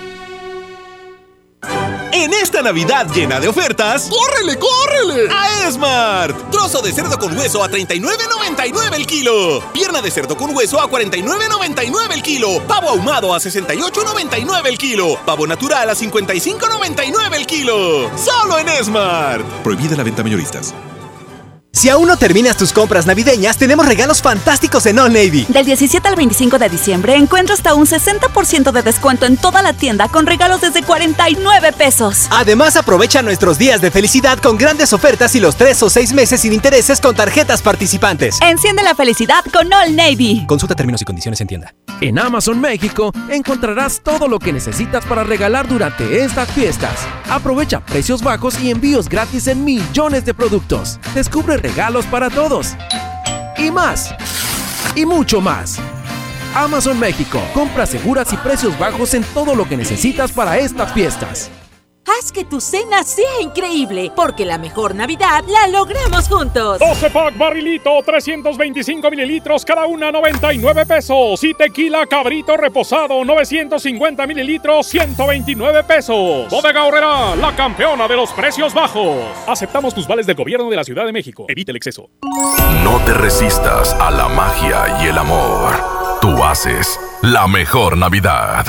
En esta Navidad llena de ofertas, ¡córrele, córrele! A Esmart. Trozo de cerdo con hueso a treinta y nueve noventa y nueve el kilo. Pierna de cerdo con hueso a cuarenta y nueve noventa y nueve el kilo. Pavo ahumado a sesenta y ocho noventa y nueve el kilo. Pavo natural a cincuenta y cinco noventa y nueve el kilo. Solo en Esmart. Prohibida la venta a mayoristas. Si aún no terminas tus compras navideñas, tenemos regalos fantásticos en Old Navy. Del diecisiete al veinticinco de diciembre encuentra hasta un sesenta por ciento de descuento en toda la tienda con regalos desde cuarenta y nueve pesos. Además, aprovecha nuestros días de felicidad con grandes ofertas y los tres o seis meses sin intereses con tarjetas participantes. Enciende la felicidad con Old Navy. Consulta términos y condiciones en tienda. En Amazon México encontrarás todo lo que necesitas para regalar durante estas fiestas. Aprovecha precios bajos y envíos gratis en millones de productos. Descubre regalos para todos. Y más. Y mucho más. Amazon México. Compras seguras y precios bajos en todo lo que necesitas para estas fiestas. Haz que tu cena sea increíble, porque la mejor Navidad la logramos juntos. doce pack barrilito, trescientos veinticinco mililitros, cada una noventa y nueve pesos. Y tequila cabrito reposado, novecientos cincuenta mililitros, ciento veintinueve pesos. Bodega Aurrerá, la campeona de los precios bajos. Aceptamos tus vales del gobierno de la Ciudad de México. Evita el exceso. No te resistas a la magia y el amor. Tú haces la mejor Navidad.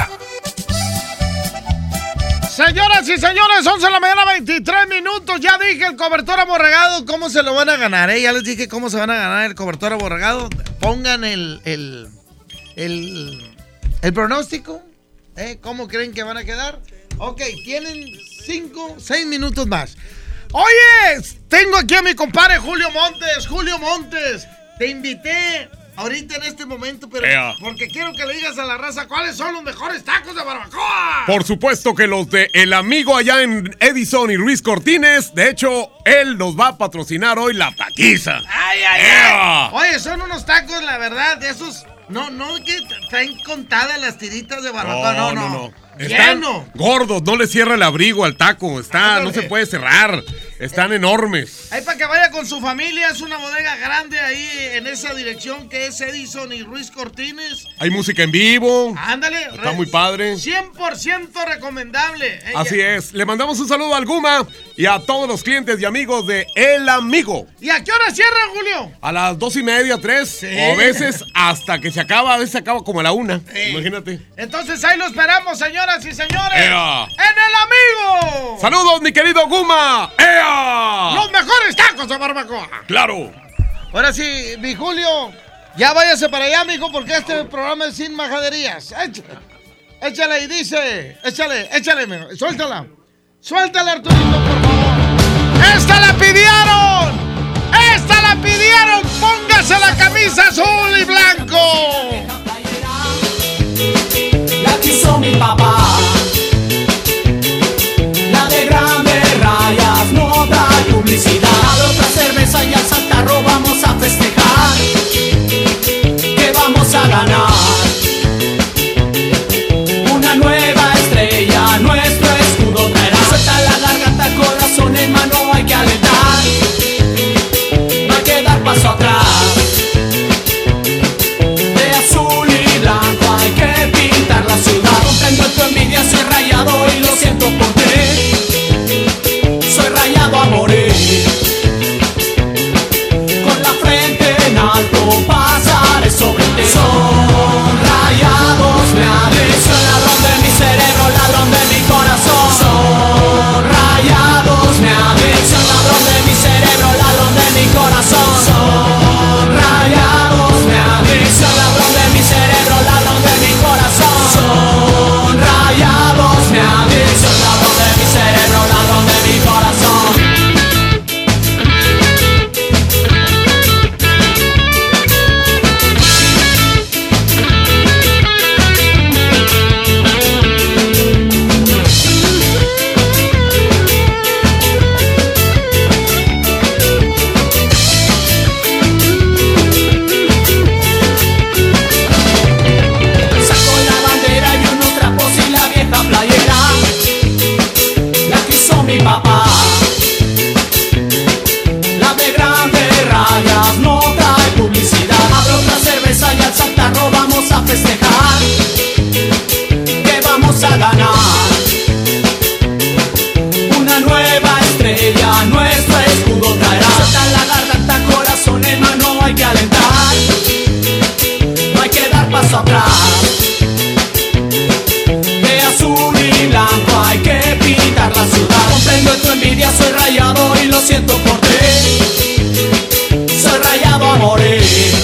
Señoras y señores, once de la mañana, veintitrés minutos. Ya dije el cobertor aborregado, ¿cómo se lo van a ganar? ¿eh? Ya les dije cómo se van a ganar el cobertor aborregado. Pongan el, el, el, el pronóstico. ¿eh? ¿Cómo creen que van a quedar? Ok, tienen cinco, seis minutos más. Oye, tengo aquí a mi compadre Julio Montes. Julio Montes, te invité ahorita en este momento, pero Ea. porque quiero que le digas a la raza cuáles son los mejores tacos de barbacoa. Por supuesto que los de El Amigo allá en Edison y Ruiz Cortines. De hecho, él nos va a patrocinar hoy la taquiza. Ay, ay, ay. Oye, son unos tacos, la verdad, de esos. No, no, que traen contadas las tiritas de barbacoa. No, no, no. no. no. Están gordos, no le cierra el abrigo al taco. Está, no se puede cerrar. Están enormes. Ahí para que vaya con su familia. Es una bodega grande ahí en esa dirección que es Edison y Ruiz Cortines. Hay música en vivo. Ándale. Está muy padre. cien por ciento recomendable. Ella. Así es. Le mandamos un saludo al Guma y a todos los clientes y amigos de El Amigo. ¿Y a qué hora cierra, Julio? A las dos y media, tres. Sí. O a veces hasta que se acaba. A veces se acaba como a la una. Sí. Imagínate. Entonces ahí lo esperamos, señoras y señores. ¡Ea! ¡En El Amigo! ¡Saludos, mi querido Guma! ¡Ea! ¡Los mejores tacos de barbacoa! ¡Claro! Ahora sí, mi Julio, ya váyase para allá, mijo, porque este programa es sin majaderías. Échale, échale y dice, échale, échale, mijo. Suéltala. Suéltala, Arturito, por favor. ¡Esta la pidieron! ¡Esta la pidieron póngase la camisa azul y blanco. La que hizo mi papá, la de grandes rayas, no trae publicidad. Abre otra cerveza y al Saltarro vamos a festejar, que vamos a ganar una nueva estrella, nuestro escudo traerá. Suelta la garganta, corazón en mano, hay que alentar, no hay que dar paso atrás. De azul y blanco hay que pintar la ciudad. Comprendo tu envidia, soy rayado y lo siento por ti. Soy rayado a morir. Con la frente en alto pasaré sobre ti. Son rayados, me adicción, ladrón de mi cerebro, ladrón de mi corazón. Son rayados, me adicción, ladrón de mi cerebro, ladrón de mi corazón. Son rayados, me adicción, ladrón de mi cerebro, ladrón de mi corazón. Son rayados, me adicción, ladrón de mi cerebro, ladrón de mi corazón. Saco la bandera y unos trapos y la vieja playera, la que hizo mi papá. La de grandes rayas, no trae publicidad. Abro otra cerveza y al Saltarro vamos a festejar, que vamos a ganar una nueva estrella, nuestro escudo traerá. Suelta la garganta, corazón en mano, hay que alentar, no hay que dar paso atrás. De azul y blanco hay que pintar la ciudad. Comprendo tu envidia, soy rayado y lo siento por ti. Soy rayado a morir.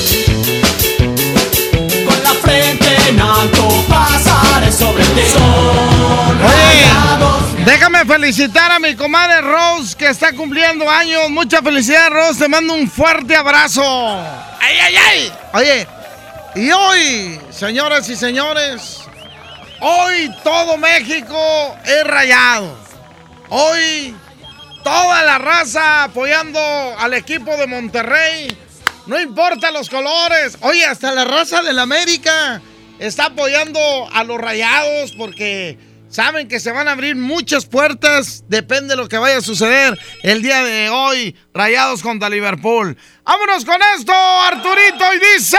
Con la frente en alto pasaré sobre ti. Son rayados. Déjame felicitar a mi comadre Rose, que está cumpliendo años. Mucha felicidad, Rose. Te mando un fuerte abrazo. ¡Ay, ay, ay! Oye, y hoy, señoras y señores, hoy todo México es rayado. Hoy toda la raza apoyando al equipo de Monterrey. No importa los colores. Oye, hasta la raza del América está apoyando a los Rayados porque saben que se van a abrir muchas puertas. Depende de lo que vaya a suceder el día de hoy. Rayados contra Liverpool. ¡Vámonos con esto, Arturito! Y dice...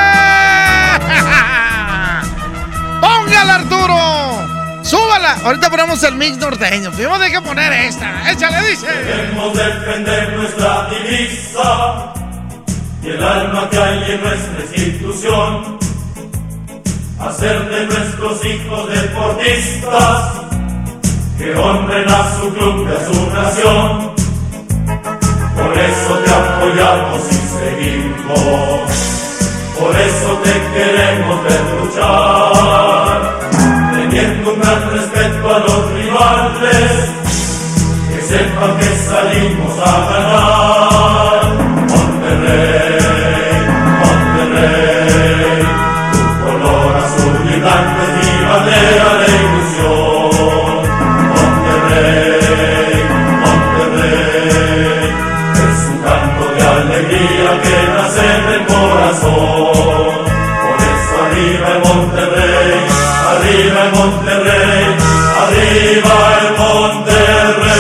¡Póngala, Arturo! ¡Súbala! Ahorita ponemos el mix norteño. Primero hay que poner esta. ¡Échale, dice! Queremos defender nuestra divisa y el alma que hay en nuestra institución. Hacer de nuestros hijos deportistas que honren a su club y a su nación. Por eso te apoyamos y seguimos. Por eso te queremos ver luchar, teniendo un gran respeto a los rivales, que sepan que salimos a ganar. Monterrey, Monterrey, tu color azul y blanco es mi bandera de ilusión. Monterrey, Monterrey, es un canto de alegría que nace en el corazón. Por eso arriba el Monterrey, arriba el Monterrey, arriba el Monterrey.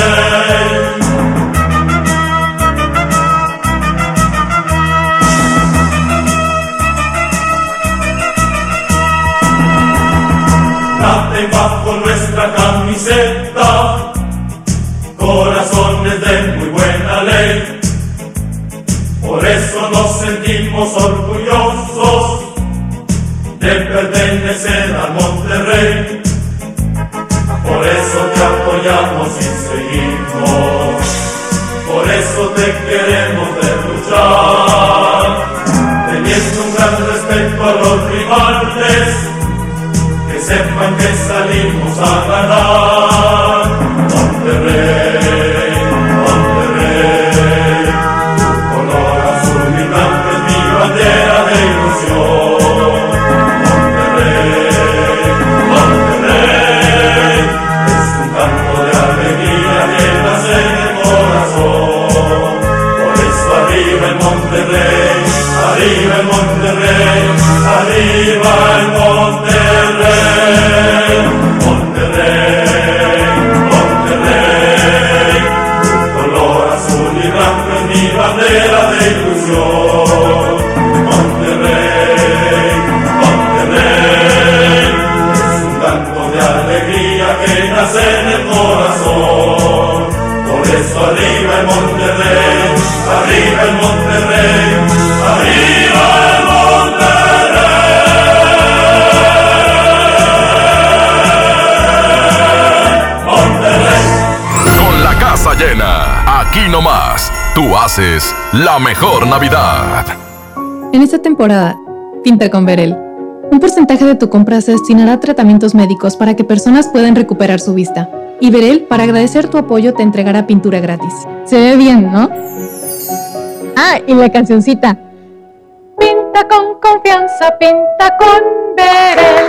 Late bajo nuestra camiseta corazones de muy buena ley. Por eso nos sentimos orgullosos de pertenecer a Monterrey. Por eso te apoyamos y seguimos. Por eso te queremos ver luchar, teniendo un gran respeto a los rivales, que sepan que salimos a ganar. Monterrey, Monterrey, tu color azul y Arriba el Monterrey, arriba el Monterrey, arriba el Monterrey. Monterrey. Con la casa llena, aquí nomás, tú haces la mejor Navidad. En esta temporada, pinta con Verel. Un porcentaje de tu compra se destinará a tratamientos médicos para que personas puedan recuperar su vista. Y Verel, para agradecer tu apoyo, te entregará pintura gratis. Se ve bien, ¿no? Ah, y la cancioncita. Pinta con confianza, pinta con Verel.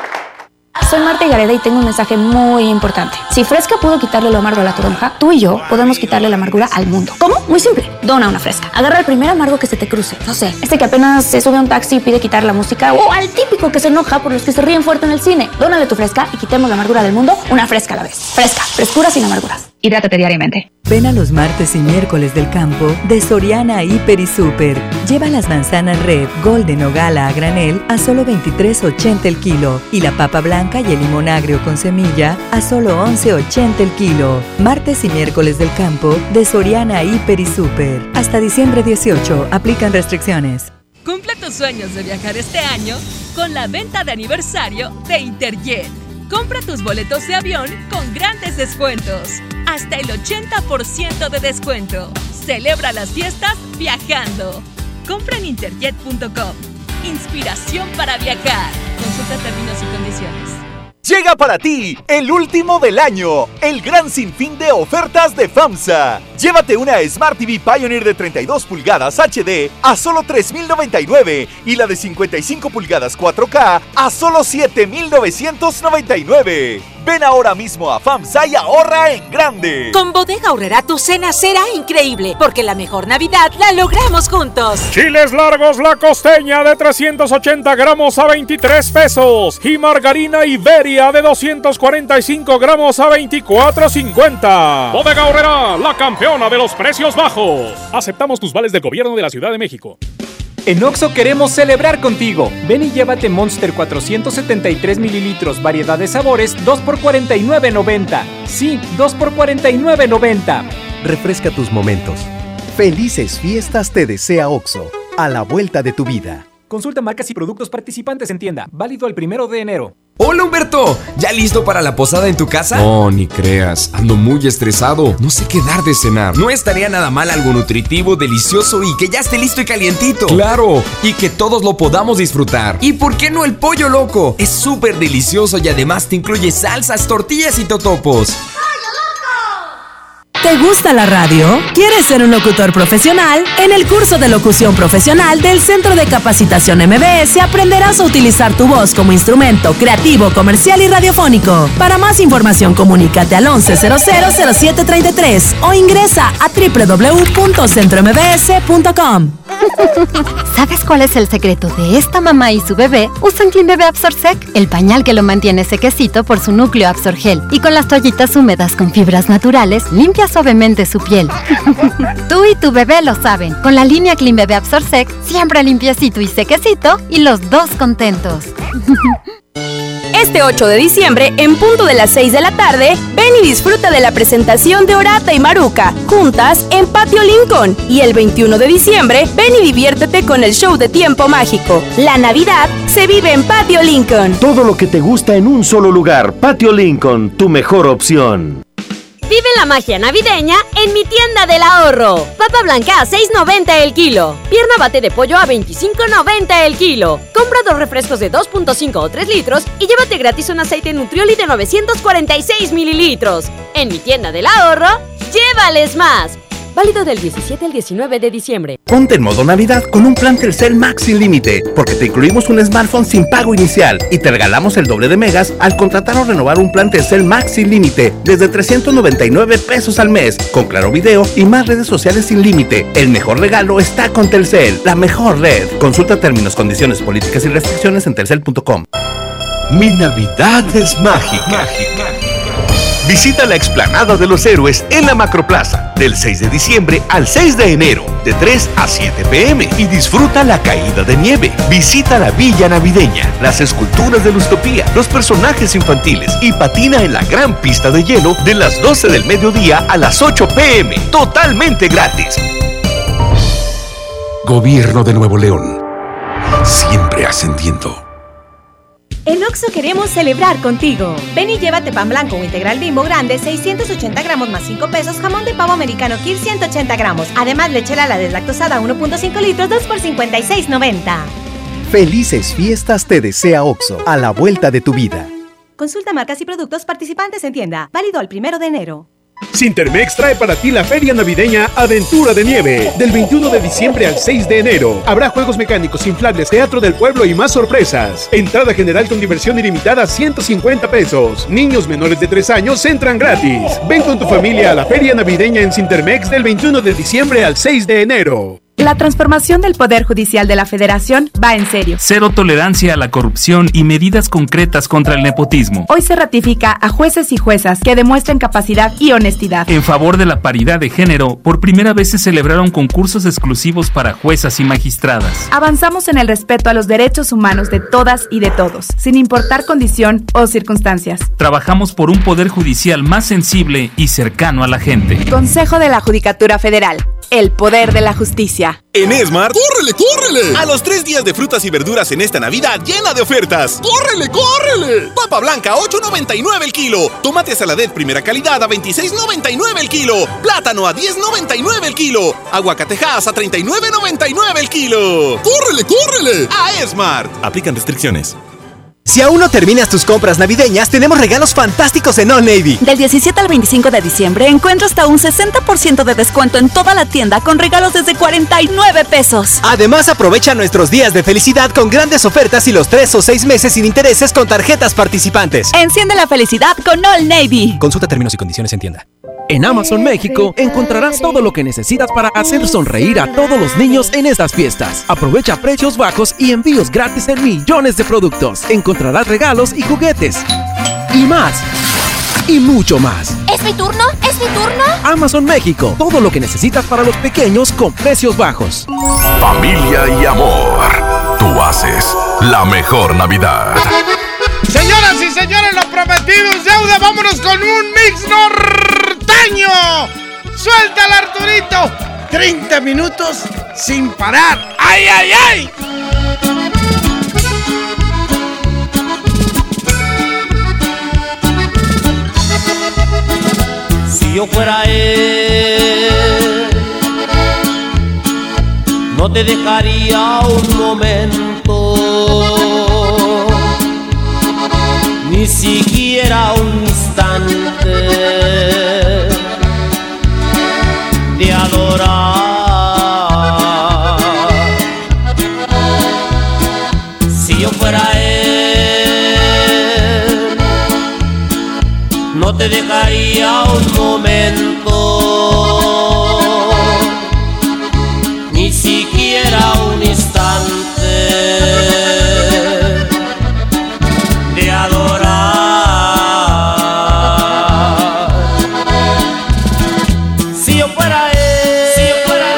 Soy Marta Higareda y tengo un mensaje muy importante. Si Fresca pudo quitarle lo amargo a la toronja, tú y yo podemos quitarle la amargura al mundo. ¿Cómo? Muy simple. Dona una Fresca. Agarra el primer amargo que se te cruce. No sé, este que apenas se sube a un taxi y pide quitar la música, o al típico que se enoja por los que se ríen fuerte en el cine. Dónale tu Fresca y quitemos la amargura del mundo una Fresca a la vez. Fresca. Frescura sin amarguras. Hidrátate diariamente. Ven a los martes y miércoles del campo de Soriana Hiper y Super. Lleva las manzanas Red, Golden o Gala a granel a solo veintitrés ochenta el kilo y la papa blanca y el limón agrio con semilla a solo once ochenta el kilo. Martes y miércoles del campo de Soriana Hiper y Super. Hasta diciembre dieciocho. Aplican restricciones. Cumple tus sueños de viajar este año con la venta de aniversario de Interjet. Compra tus boletos de avión con grandes descuentos. Hasta el ochenta por ciento de descuento. Celebra las fiestas viajando. Compra en interjet punto com. Inspiración para viajar. Consulta términos y condiciones. Llega para ti el último del año, el gran sinfín de ofertas de FAMSA. Llévate una Smart T V Pioneer de treinta y dos pulgadas H D a solo tres mil noventa y nueve y la de cincuenta y cinco pulgadas cuatro K a solo siete mil novecientos noventa y nueve. Ven ahora mismo a FAMSA y ahorra en grande. Con Bodega Aurrerá tu cena será increíble, porque la mejor Navidad la logramos juntos. Chiles largos La Costeña de trescientos ochenta gramos a veintitrés pesos. Y margarina Iberia de doscientos cuarenta y cinco gramos a veinticuatro cincuenta. Bodega Aurrerá, la campeona de los precios bajos. Aceptamos tus vales del gobierno de la Ciudad de México. En Oxxo queremos celebrar contigo. Ven y llévate Monster cuatrocientos setenta y tres mililitros, variedad de sabores, dos por cuarenta y nueve noventa. Sí, dos por cuarenta y nueve noventa. Refresca tus momentos. Felices fiestas te desea Oxxo, a la vuelta de tu vida. Consulta marcas y productos participantes en tienda. Válido el primero de enero. ¡Hola, Humberto! ¿Ya listo para la posada en tu casa? No, ni creas. Ando muy estresado. No sé qué dar de cenar. No estaría nada mal algo nutritivo, delicioso y que ya esté listo y calientito. ¡Claro! Y que todos lo podamos disfrutar. ¿Y por qué no el pollo loco? Es súper delicioso y además te incluye salsas, tortillas y totopos. ¿Te gusta la radio? ¿Quieres ser un locutor profesional? En el curso de locución profesional del Centro de Capacitación M B S aprenderás a utilizar tu voz como instrumento creativo, comercial y radiofónico. Para más información, comunícate al once cero cero cero siete treinta y tres o ingresa a doble u doble u doble u punto centro m b s punto com. ¿Sabes cuál es el secreto de esta mamá y su bebé? Usan Clean Bebé Absorsec, el pañal que lo mantiene sequecito por su núcleo Absorgel. Y con las toallitas húmedas con fibras naturales, limpia suavemente su piel. Tú y tu bebé lo saben. Con la línea Clean Bebé Absorsec, siempre limpiecito y sequecito y los dos contentos. Este ocho de diciembre, en punto de las seis de la tarde, ven y disfruta de la presentación de Orata y Maruca, juntas en Patio Lincoln. Y el veintiuno de diciembre, ven y diviértete con el show de Tiempo Mágico. La Navidad se vive en Patio Lincoln. Todo lo que te gusta en un solo lugar. Patio Lincoln, tu mejor opción. Vive la magia navideña en mi tienda del ahorro. Papa blanca a seis noventa el kilo. Pierna bate de pollo a veinticinco noventa el kilo. Compra dos refrescos de dos punto cinco o tres litros y llévate gratis un aceite Nutrioli de novecientos cuarenta y seis mililitros. En mi tienda del ahorro, llévales más. Válido del diecisiete al diecinueve de diciembre. Ponte en modo Navidad con un plan Telcel Max sin límite, porque te incluimos un smartphone sin pago inicial y te regalamos el doble de megas al contratar o renovar un plan Telcel Max sin límite desde trescientos noventa y nueve pesos al mes, con claro video y más redes sociales sin límite. El mejor regalo está con Telcel, la mejor red. Consulta términos, condiciones, políticas y restricciones en telcel punto com. Mi Navidad es mágica. mágica. Visita la explanada de los héroes en la Macroplaza del seis de diciembre al seis de enero, de tres a siete pe eme, y disfruta la caída de nieve. Visita la Villa Navideña, las esculturas de Lustopía, los personajes infantiles y patina en la gran pista de hielo de las doce del mediodía a las ocho pe eme, totalmente gratis. Gobierno de Nuevo León, siempre ascendiendo. En Oxxo queremos celebrar contigo. Ven y llévate pan blanco o integral Bimbo grande, seiscientos ochenta gramos más cinco pesos, jamón de pavo americano Kir ciento ochenta gramos. Además, leche Lala deslactosada uno punto cinco litros, dos por cincuenta y seis noventa. Felices fiestas te desea Oxxo, a la vuelta de tu vida. Consulta marcas y productos participantes en tienda. Válido al primero de enero. Sintermex trae para ti la feria navideña Aventura de Nieve. Del veintiuno de diciembre al seis de enero. Habrá juegos mecánicos, inflables, teatro del pueblo y más sorpresas. Entrada general con diversión ilimitada, ciento cincuenta pesos. Niños menores de tres años entran gratis. Ven con tu familia a la feria navideña en Sintermex del veintiuno de diciembre al seis de enero. La transformación del Poder Judicial de la Federación va en serio. Cero tolerancia a la corrupción y medidas concretas contra el nepotismo. Hoy se ratifica a jueces y juezas que demuestren capacidad y honestidad. En favor de la paridad de género, por primera vez se celebraron concursos exclusivos para juezas y magistradas. Avanzamos en el respeto a los derechos humanos de todas y de todos, sin importar condición o circunstancias. Trabajamos por un Poder Judicial más sensible y cercano a la gente. Consejo de la Judicatura Federal. El poder de la justicia. En Esmart, ¡córrele, córrele! A los tres días de frutas y verduras en esta Navidad llena de ofertas. ¡Córrele, córrele! Papa blanca, ocho noventa y nueve el kilo. Tomate saladet primera calidad a veintiséis noventa y nueve el kilo. Plátano a diez noventa y nueve el kilo. Aguacatejas a treinta y nueve noventa y nueve el kilo. ¡Córrele, córrele! A Esmart. Aplican restricciones. Si aún no terminas tus compras navideñas, tenemos regalos fantásticos en Old Navy. Del diecisiete al veinticinco de diciembre encuentra hasta un sesenta por ciento de descuento en toda la tienda con regalos desde cuarenta y nueve pesos. Además, aprovecha nuestros días de felicidad con grandes ofertas y los tres o seis meses sin intereses con tarjetas participantes. Enciende la felicidad con Old Navy. Consulta términos y condiciones en tienda. En Amazon México encontrarás todo lo que necesitas para hacer sonreír a todos los niños en estas fiestas. Aprovecha precios bajos y envíos gratis en millones de productos. Encontrarás regalos y juguetes. Y más. Y mucho más. ¿Es mi turno? ¿Es mi turno? Amazon México. Todo lo que necesitas para los pequeños con precios bajos. Familia y amor. Tú haces la mejor Navidad. Señoras y señores, lo prometido es deuda. Vámonos con un mix norteño. Suéltala, Arturito. treinta minutos sin parar. ¡Ay, ay, ay! Si yo fuera él, no te dejaría un momento, ni siquiera un instante de adorar. Si yo fuera él, no te dejaría un momento, ni siquiera un instante de adorar. Si yo fuera él, si yo fuera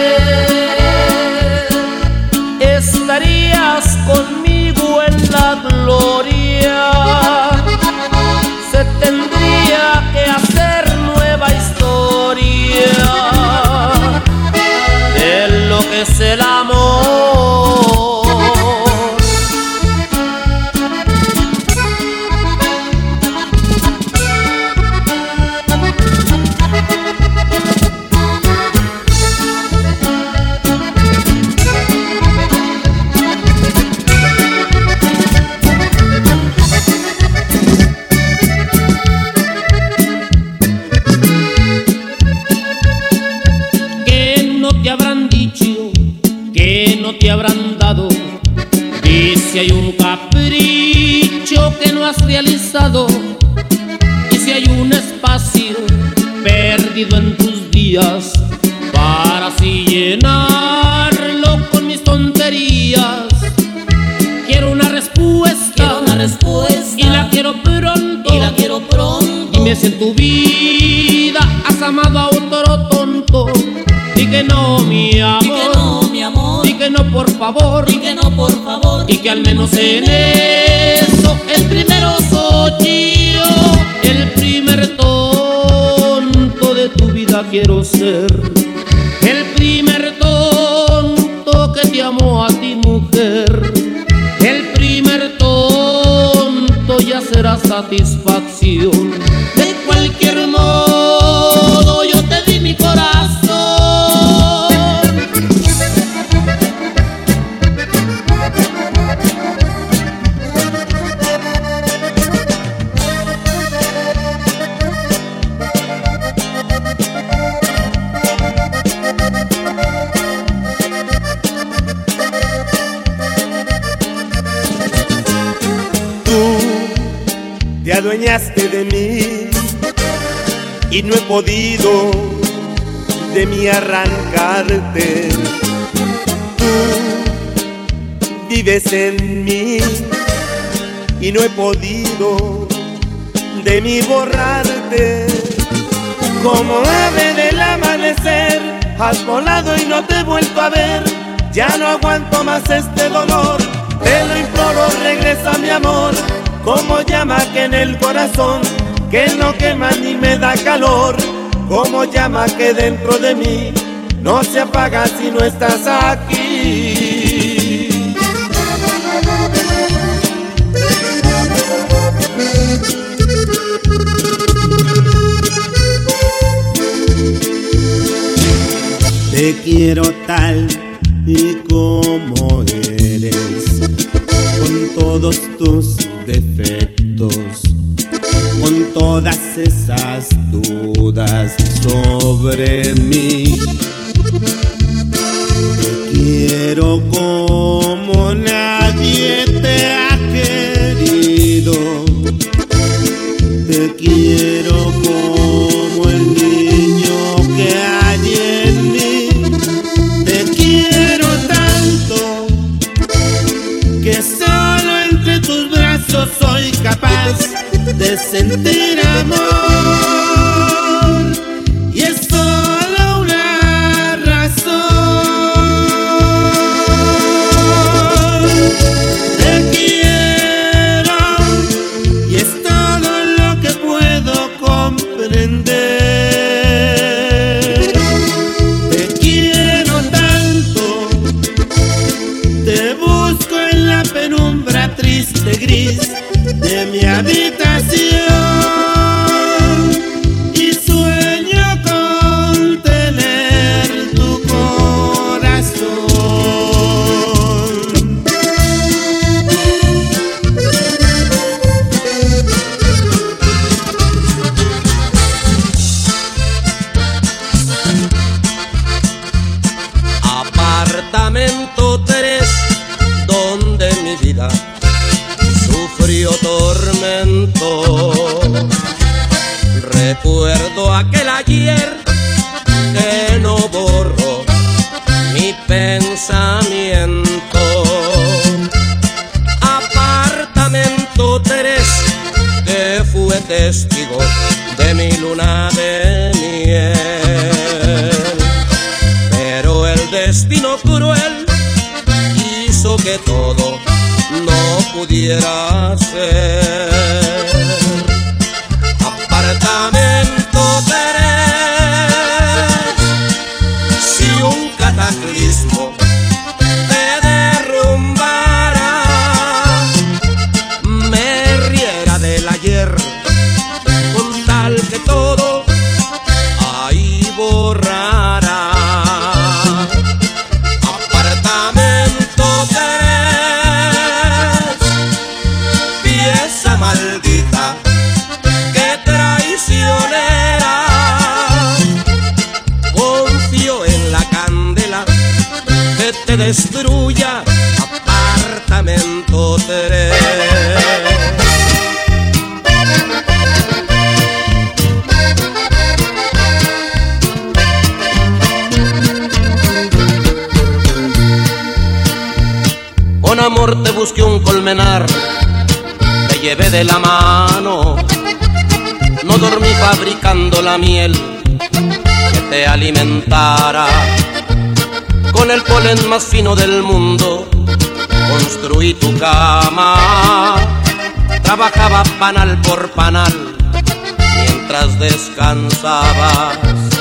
él, estarías conmigo en la gloria. Se tendría que hacer nueva historia de lo que es el amor. Te habrán dado, y si hay un capricho que no has realizado, y si hay un espacio perdido en tus días para así llenarlo con mis tonterías. Quiero una respuesta, quiero una respuesta, y la quiero pronto, y la quiero pronto, y me siento por favor, y que no por favor, y que al menos en eso el primero soy yo, el primer tonto de tu vida quiero ser, el primer tonto que te amó a ti mujer, el primer tonto ya será satisfacción. De cualquier modo yo te di mi corazón. Te adueñaste de mí y no he podido de mí arrancarte. Tú vives en mí y no he podido de mí borrarte. Como ave del amanecer, has volado y no te he vuelto a ver. Ya no aguanto más este dolor, te lo imploro, regresa mi amor. Como llama que en el corazón, que no quema ni me da calor. Como llama que dentro de mí no se apaga si no estás aquí. Te quiero tal y como eres, con todos tus defectos, con todas esas dudas sobre mí. Te quiero como nadie te ha querido. Te quiero como el niño que hay en mí. Te quiero tanto que solo entre tus brazos soy capaz de sentir amor. Y es solo una razón. Te quiero y es todo lo que puedo comprender. Te quiero tanto, te busco en la penumbra triste gris de mi habitación y sueño con tener tu corazón. Apartamento tres, donde mi vida sufrió tormento. Recuerdo aquel ayer que no borro mi pensamiento. Apartamento tres, que fue testigo de mi luna de miel. Pero el destino cruel hizo que todo no pudiera ser. Apartamento tres, si un cataclismo te derrumbara, me riera del ayer con tal que todo ahí borrara. Apartamento tres, pieza maldita, que traicionera. Confío en la candela que te destruya. Apartamento tres. Con amor te busqué un colmenar, te llevé de la mano. No dormí fabricando la miel que te alimentara. con el polen más fino del mundo construí tu cama. Trabajaba panal por panal mientras descansabas.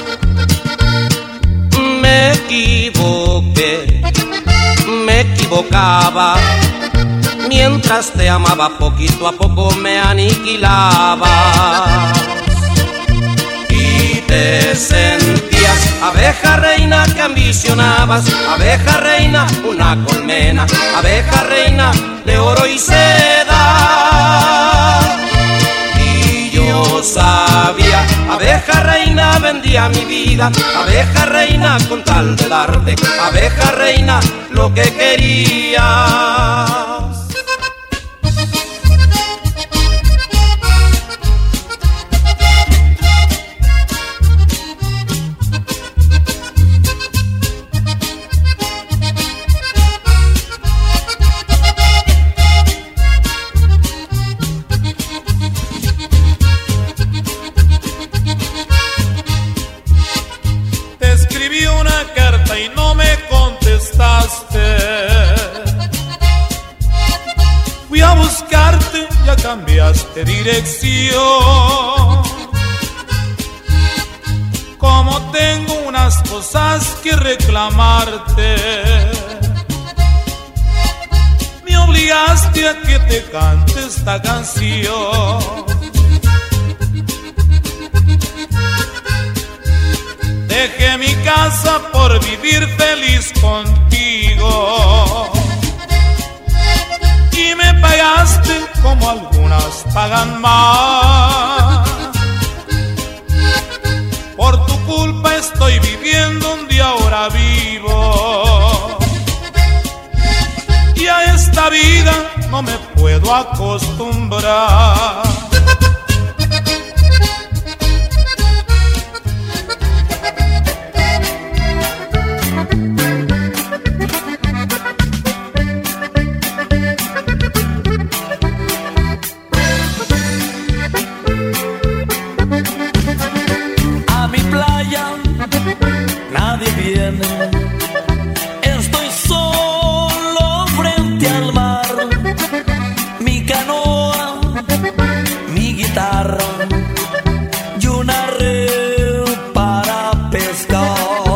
Me equivoqué, me equivocaba. Mientras te amaba poquito a poco me aniquilabas. Y te sentías abeja reina que ambicionabas, abeja reina, una colmena, abeja reina de oro y seda. Y yo sabía, abeja reina vendía mi vida, abeja reina con tal de darte, abeja reina lo que querías. Fui a buscarte, ya cambiaste dirección. Como tengo unas cosas que reclamarte, me obligaste a que te cante esta canción. Dejé mi casa por vivir feliz contigo y me pagaste como algunas pagan más. Por tu culpa estoy viviendo donde ahora vivo y a esta vida no me puedo acostumbrar. Estoy solo frente al mar, mi canoa, mi guitarra y una red para pescar.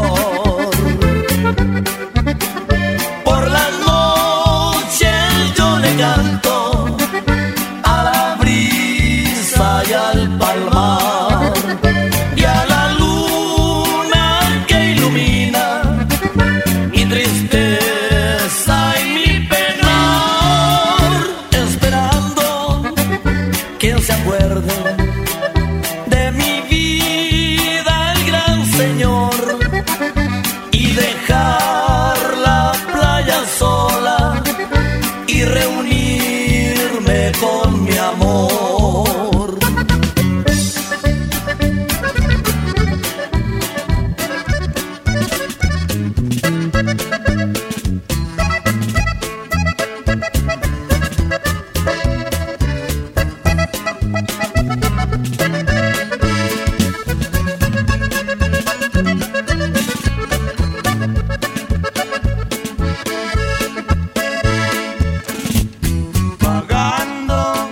Por las noches yo le canto a la brisa y al palmar y a la luna que ilumina mi tristeza y mi penar, esperando que se acuerde de mi vida el gran Señor y dejar la playa sola y reunirme con mi amor. Vagando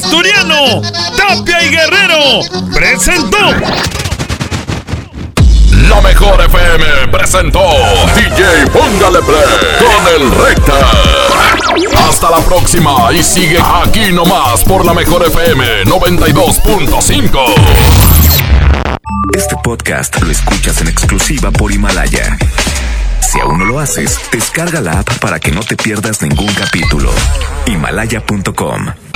Asturiano, Tapia y Guerrero presentó. La Mejor F M presentó D J Póngale Play con el Recta. Hasta la próxima y sigue aquí nomás por La Mejor F M noventa y dos punto cinco. Este podcast lo escuchas en exclusiva por Himalaya. Si aún no lo haces, descarga la app para que no te pierdas ningún capítulo. Himalaya punto com